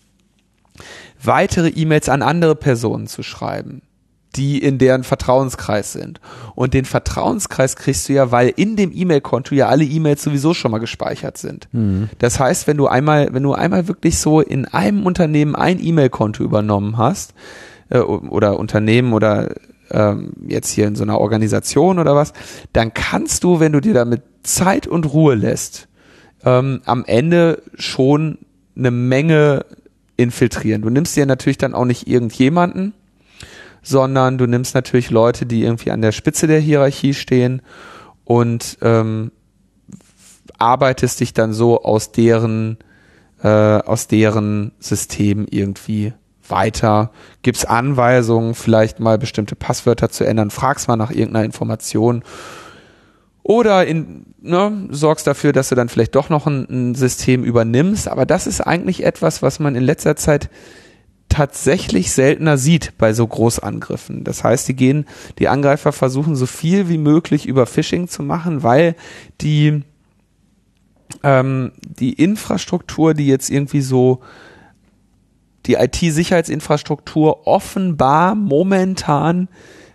weitere E-Mails an andere Personen zu schreiben, die in deren Vertrauenskreis sind. Und den Vertrauenskreis kriegst du ja, weil in dem E-Mail-Konto ja alle E-Mails sowieso schon mal gespeichert sind. Mhm. Das heißt, wenn du einmal wirklich so in einem Unternehmen ein E-Mail-Konto übernommen hast, oder Unternehmen oder jetzt hier in so einer Organisation oder was, dann kannst du, wenn du dir damit Zeit und Ruhe lässt, am Ende schon eine Menge infiltrieren. Du nimmst dir natürlich dann auch nicht irgendjemanden, sondern du nimmst natürlich Leute, die irgendwie an der Spitze der Hierarchie stehen und arbeitest dich dann so aus deren System irgendwie weiter, gibst Anweisungen, vielleicht mal bestimmte Passwörter zu ändern, fragst mal nach irgendeiner Information oder sorgst dafür, dass du dann vielleicht doch noch ein System übernimmst. Aber das ist eigentlich etwas, was man in letzter Zeit tatsächlich seltener sieht bei so Großangriffen. Das heißt, die Angreifer versuchen so viel wie möglich über Phishing zu machen, weil die Infrastruktur, die jetzt irgendwie so die IT-Sicherheitsinfrastruktur offenbar momentan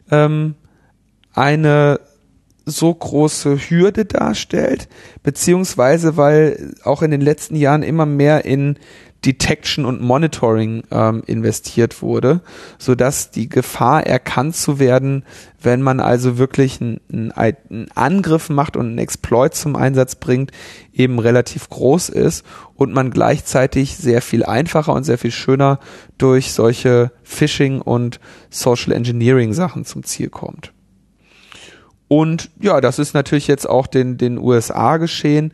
eine so große Hürde darstellt, beziehungsweise weil auch in den letzten Jahren immer mehr in Detection und Monitoring investiert wurde, sodass die Gefahr, erkannt zu werden, wenn man also wirklich einen Angriff macht und einen Exploit zum Einsatz bringt, eben relativ groß ist und man gleichzeitig sehr viel einfacher und sehr viel schöner durch solche Phishing und Social Engineering Sachen zum Ziel kommt. Und ja, das ist natürlich jetzt auch den USA geschehen.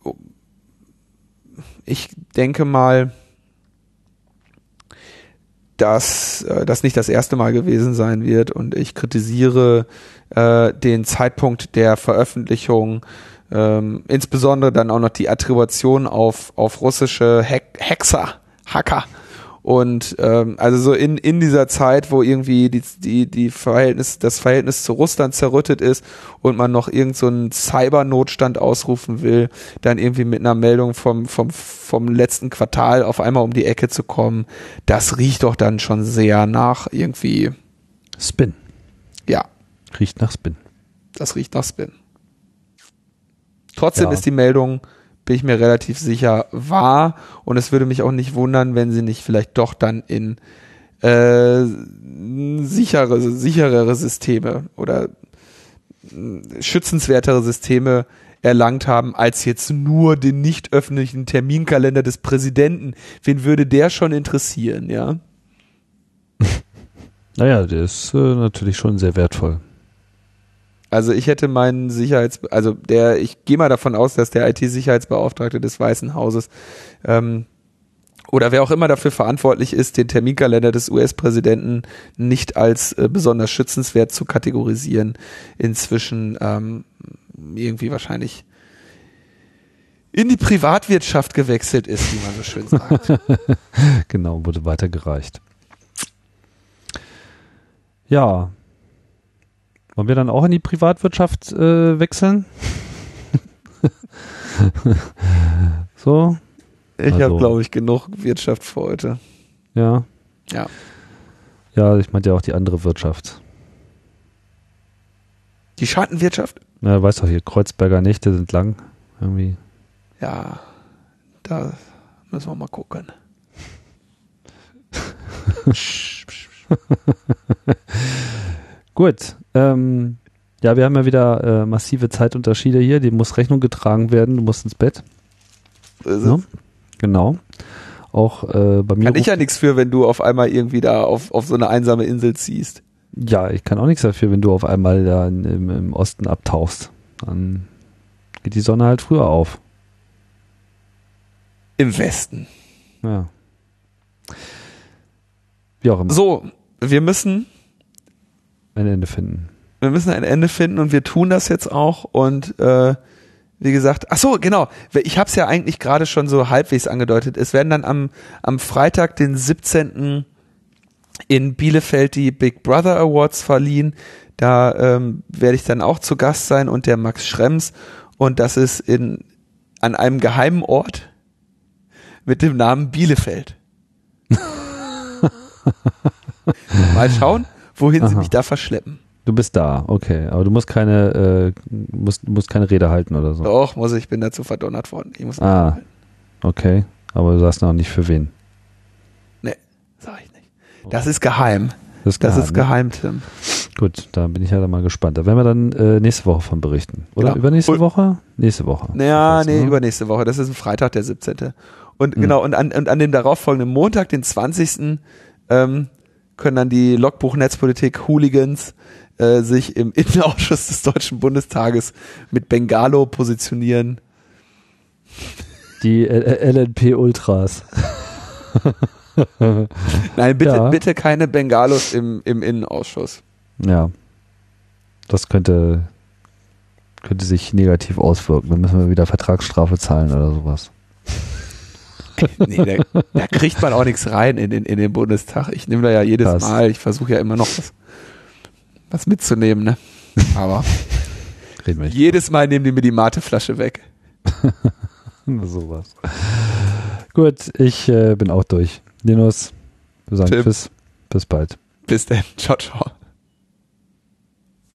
Ich denke mal, dass das nicht das erste Mal gewesen sein wird und ich kritisiere den Zeitpunkt der Veröffentlichung, insbesondere dann auch noch die Attribution auf russische Hacker. Und also so in dieser Zeit, wo irgendwie das Verhältnis zu Russland zerrüttet ist und man noch irgend so einen Cybernotstand ausrufen will, dann irgendwie mit einer Meldung vom letzten Quartal auf einmal um die Ecke zu kommen, das riecht doch dann schon sehr nach irgendwie Spin. Ja. Riecht nach Spin. Das riecht nach Spin. Trotzdem ist die Meldung, bin ich mir relativ sicher, wahr, und es würde mich auch nicht wundern, wenn sie nicht vielleicht doch dann in sicherere Systeme oder schützenswertere Systeme erlangt haben, als jetzt nur den nicht öffentlichen Terminkalender des Präsidenten. Wen würde der schon interessieren, ja? Naja, der ist natürlich schon sehr wertvoll. Also ich hätte meinen ich gehe mal davon aus, dass der IT-Sicherheitsbeauftragte des Weißen Hauses oder wer auch immer dafür verantwortlich ist, den Terminkalender des US-Präsidenten nicht als besonders schützenswert zu kategorisieren, inzwischen irgendwie wahrscheinlich in die Privatwirtschaft gewechselt ist, wie man so schön sagt. Genau, wurde weitergereicht. Ja. Wollen wir dann auch in die Privatwirtschaft wechseln? So? Ich Also, habe, glaube ich, genug Wirtschaft für heute. Ja. Ja. Ja, ich meinte ja auch die andere Wirtschaft. Die Schattenwirtschaft? Ja, weißt doch hier, Kreuzberger Nächte sind lang. Irgendwie. Ja, da müssen wir mal gucken. Gut. Ja, wir haben ja wieder massive Zeitunterschiede hier. Dem muss Rechnung getragen werden. Du musst ins Bett. Ja, genau. Auch bei mir. Kann ich ja nichts für, wenn du auf einmal irgendwie da auf so eine einsame Insel ziehst. Ja, ich kann auch nichts dafür, wenn du auf einmal da im Osten abtauchst. Dann geht die Sonne halt früher auf. Im Westen. Ja. Wie auch immer. So, wir müssen ein Ende finden. Wir müssen ein Ende finden und wir tun das jetzt auch und wie gesagt, ach so, genau, ich habe es ja eigentlich gerade schon so halbwegs angedeutet, es werden dann am Freitag, den 17. in Bielefeld die Big Brother Awards verliehen, da werde ich dann auch zu Gast sein und der Max Schrems und das ist an einem geheimen Ort mit dem Namen Bielefeld. Mal schauen, wohin sie mich da verschleppen. Du bist da, okay. Aber du musst keine Rede halten oder so. Doch, ich bin dazu verdonnert worden. Ich muss okay. Aber du sagst noch nicht für wen. Nee, sag ich nicht. Das ist geheim. Das ist geheim, Tim. Gut, da bin ich ja dann mal gespannt. Da werden wir dann nächste Woche von berichten. Oder übernächste Woche? Nächste Woche. Naja, übernächste Woche. Das ist ein Freitag, der 17. Und genau, und an dem darauffolgenden Montag, den 20. können dann die Logbuch Netzpolitik Hooligans sich im Innenausschuss des Deutschen Bundestages mit Bengalo positionieren. Die LNP Ultras. Nein, bitte keine Bengalos im Innenausschuss. Ja. Das könnte sich negativ auswirken. Dann müssen wir wieder Vertragsstrafe zahlen oder sowas. Nee, da kriegt man auch nichts rein in den Bundestag. Ich nehme da ja jedes Mal, ich versuche ja immer noch was mitzunehmen, ne? Aber jedes Mal nehmen die mir die Mateflasche weg. Sowas. Gut, ich bin auch durch. Linus, wir sagen Tschüss, bis bald. Bis dann, ciao, ciao.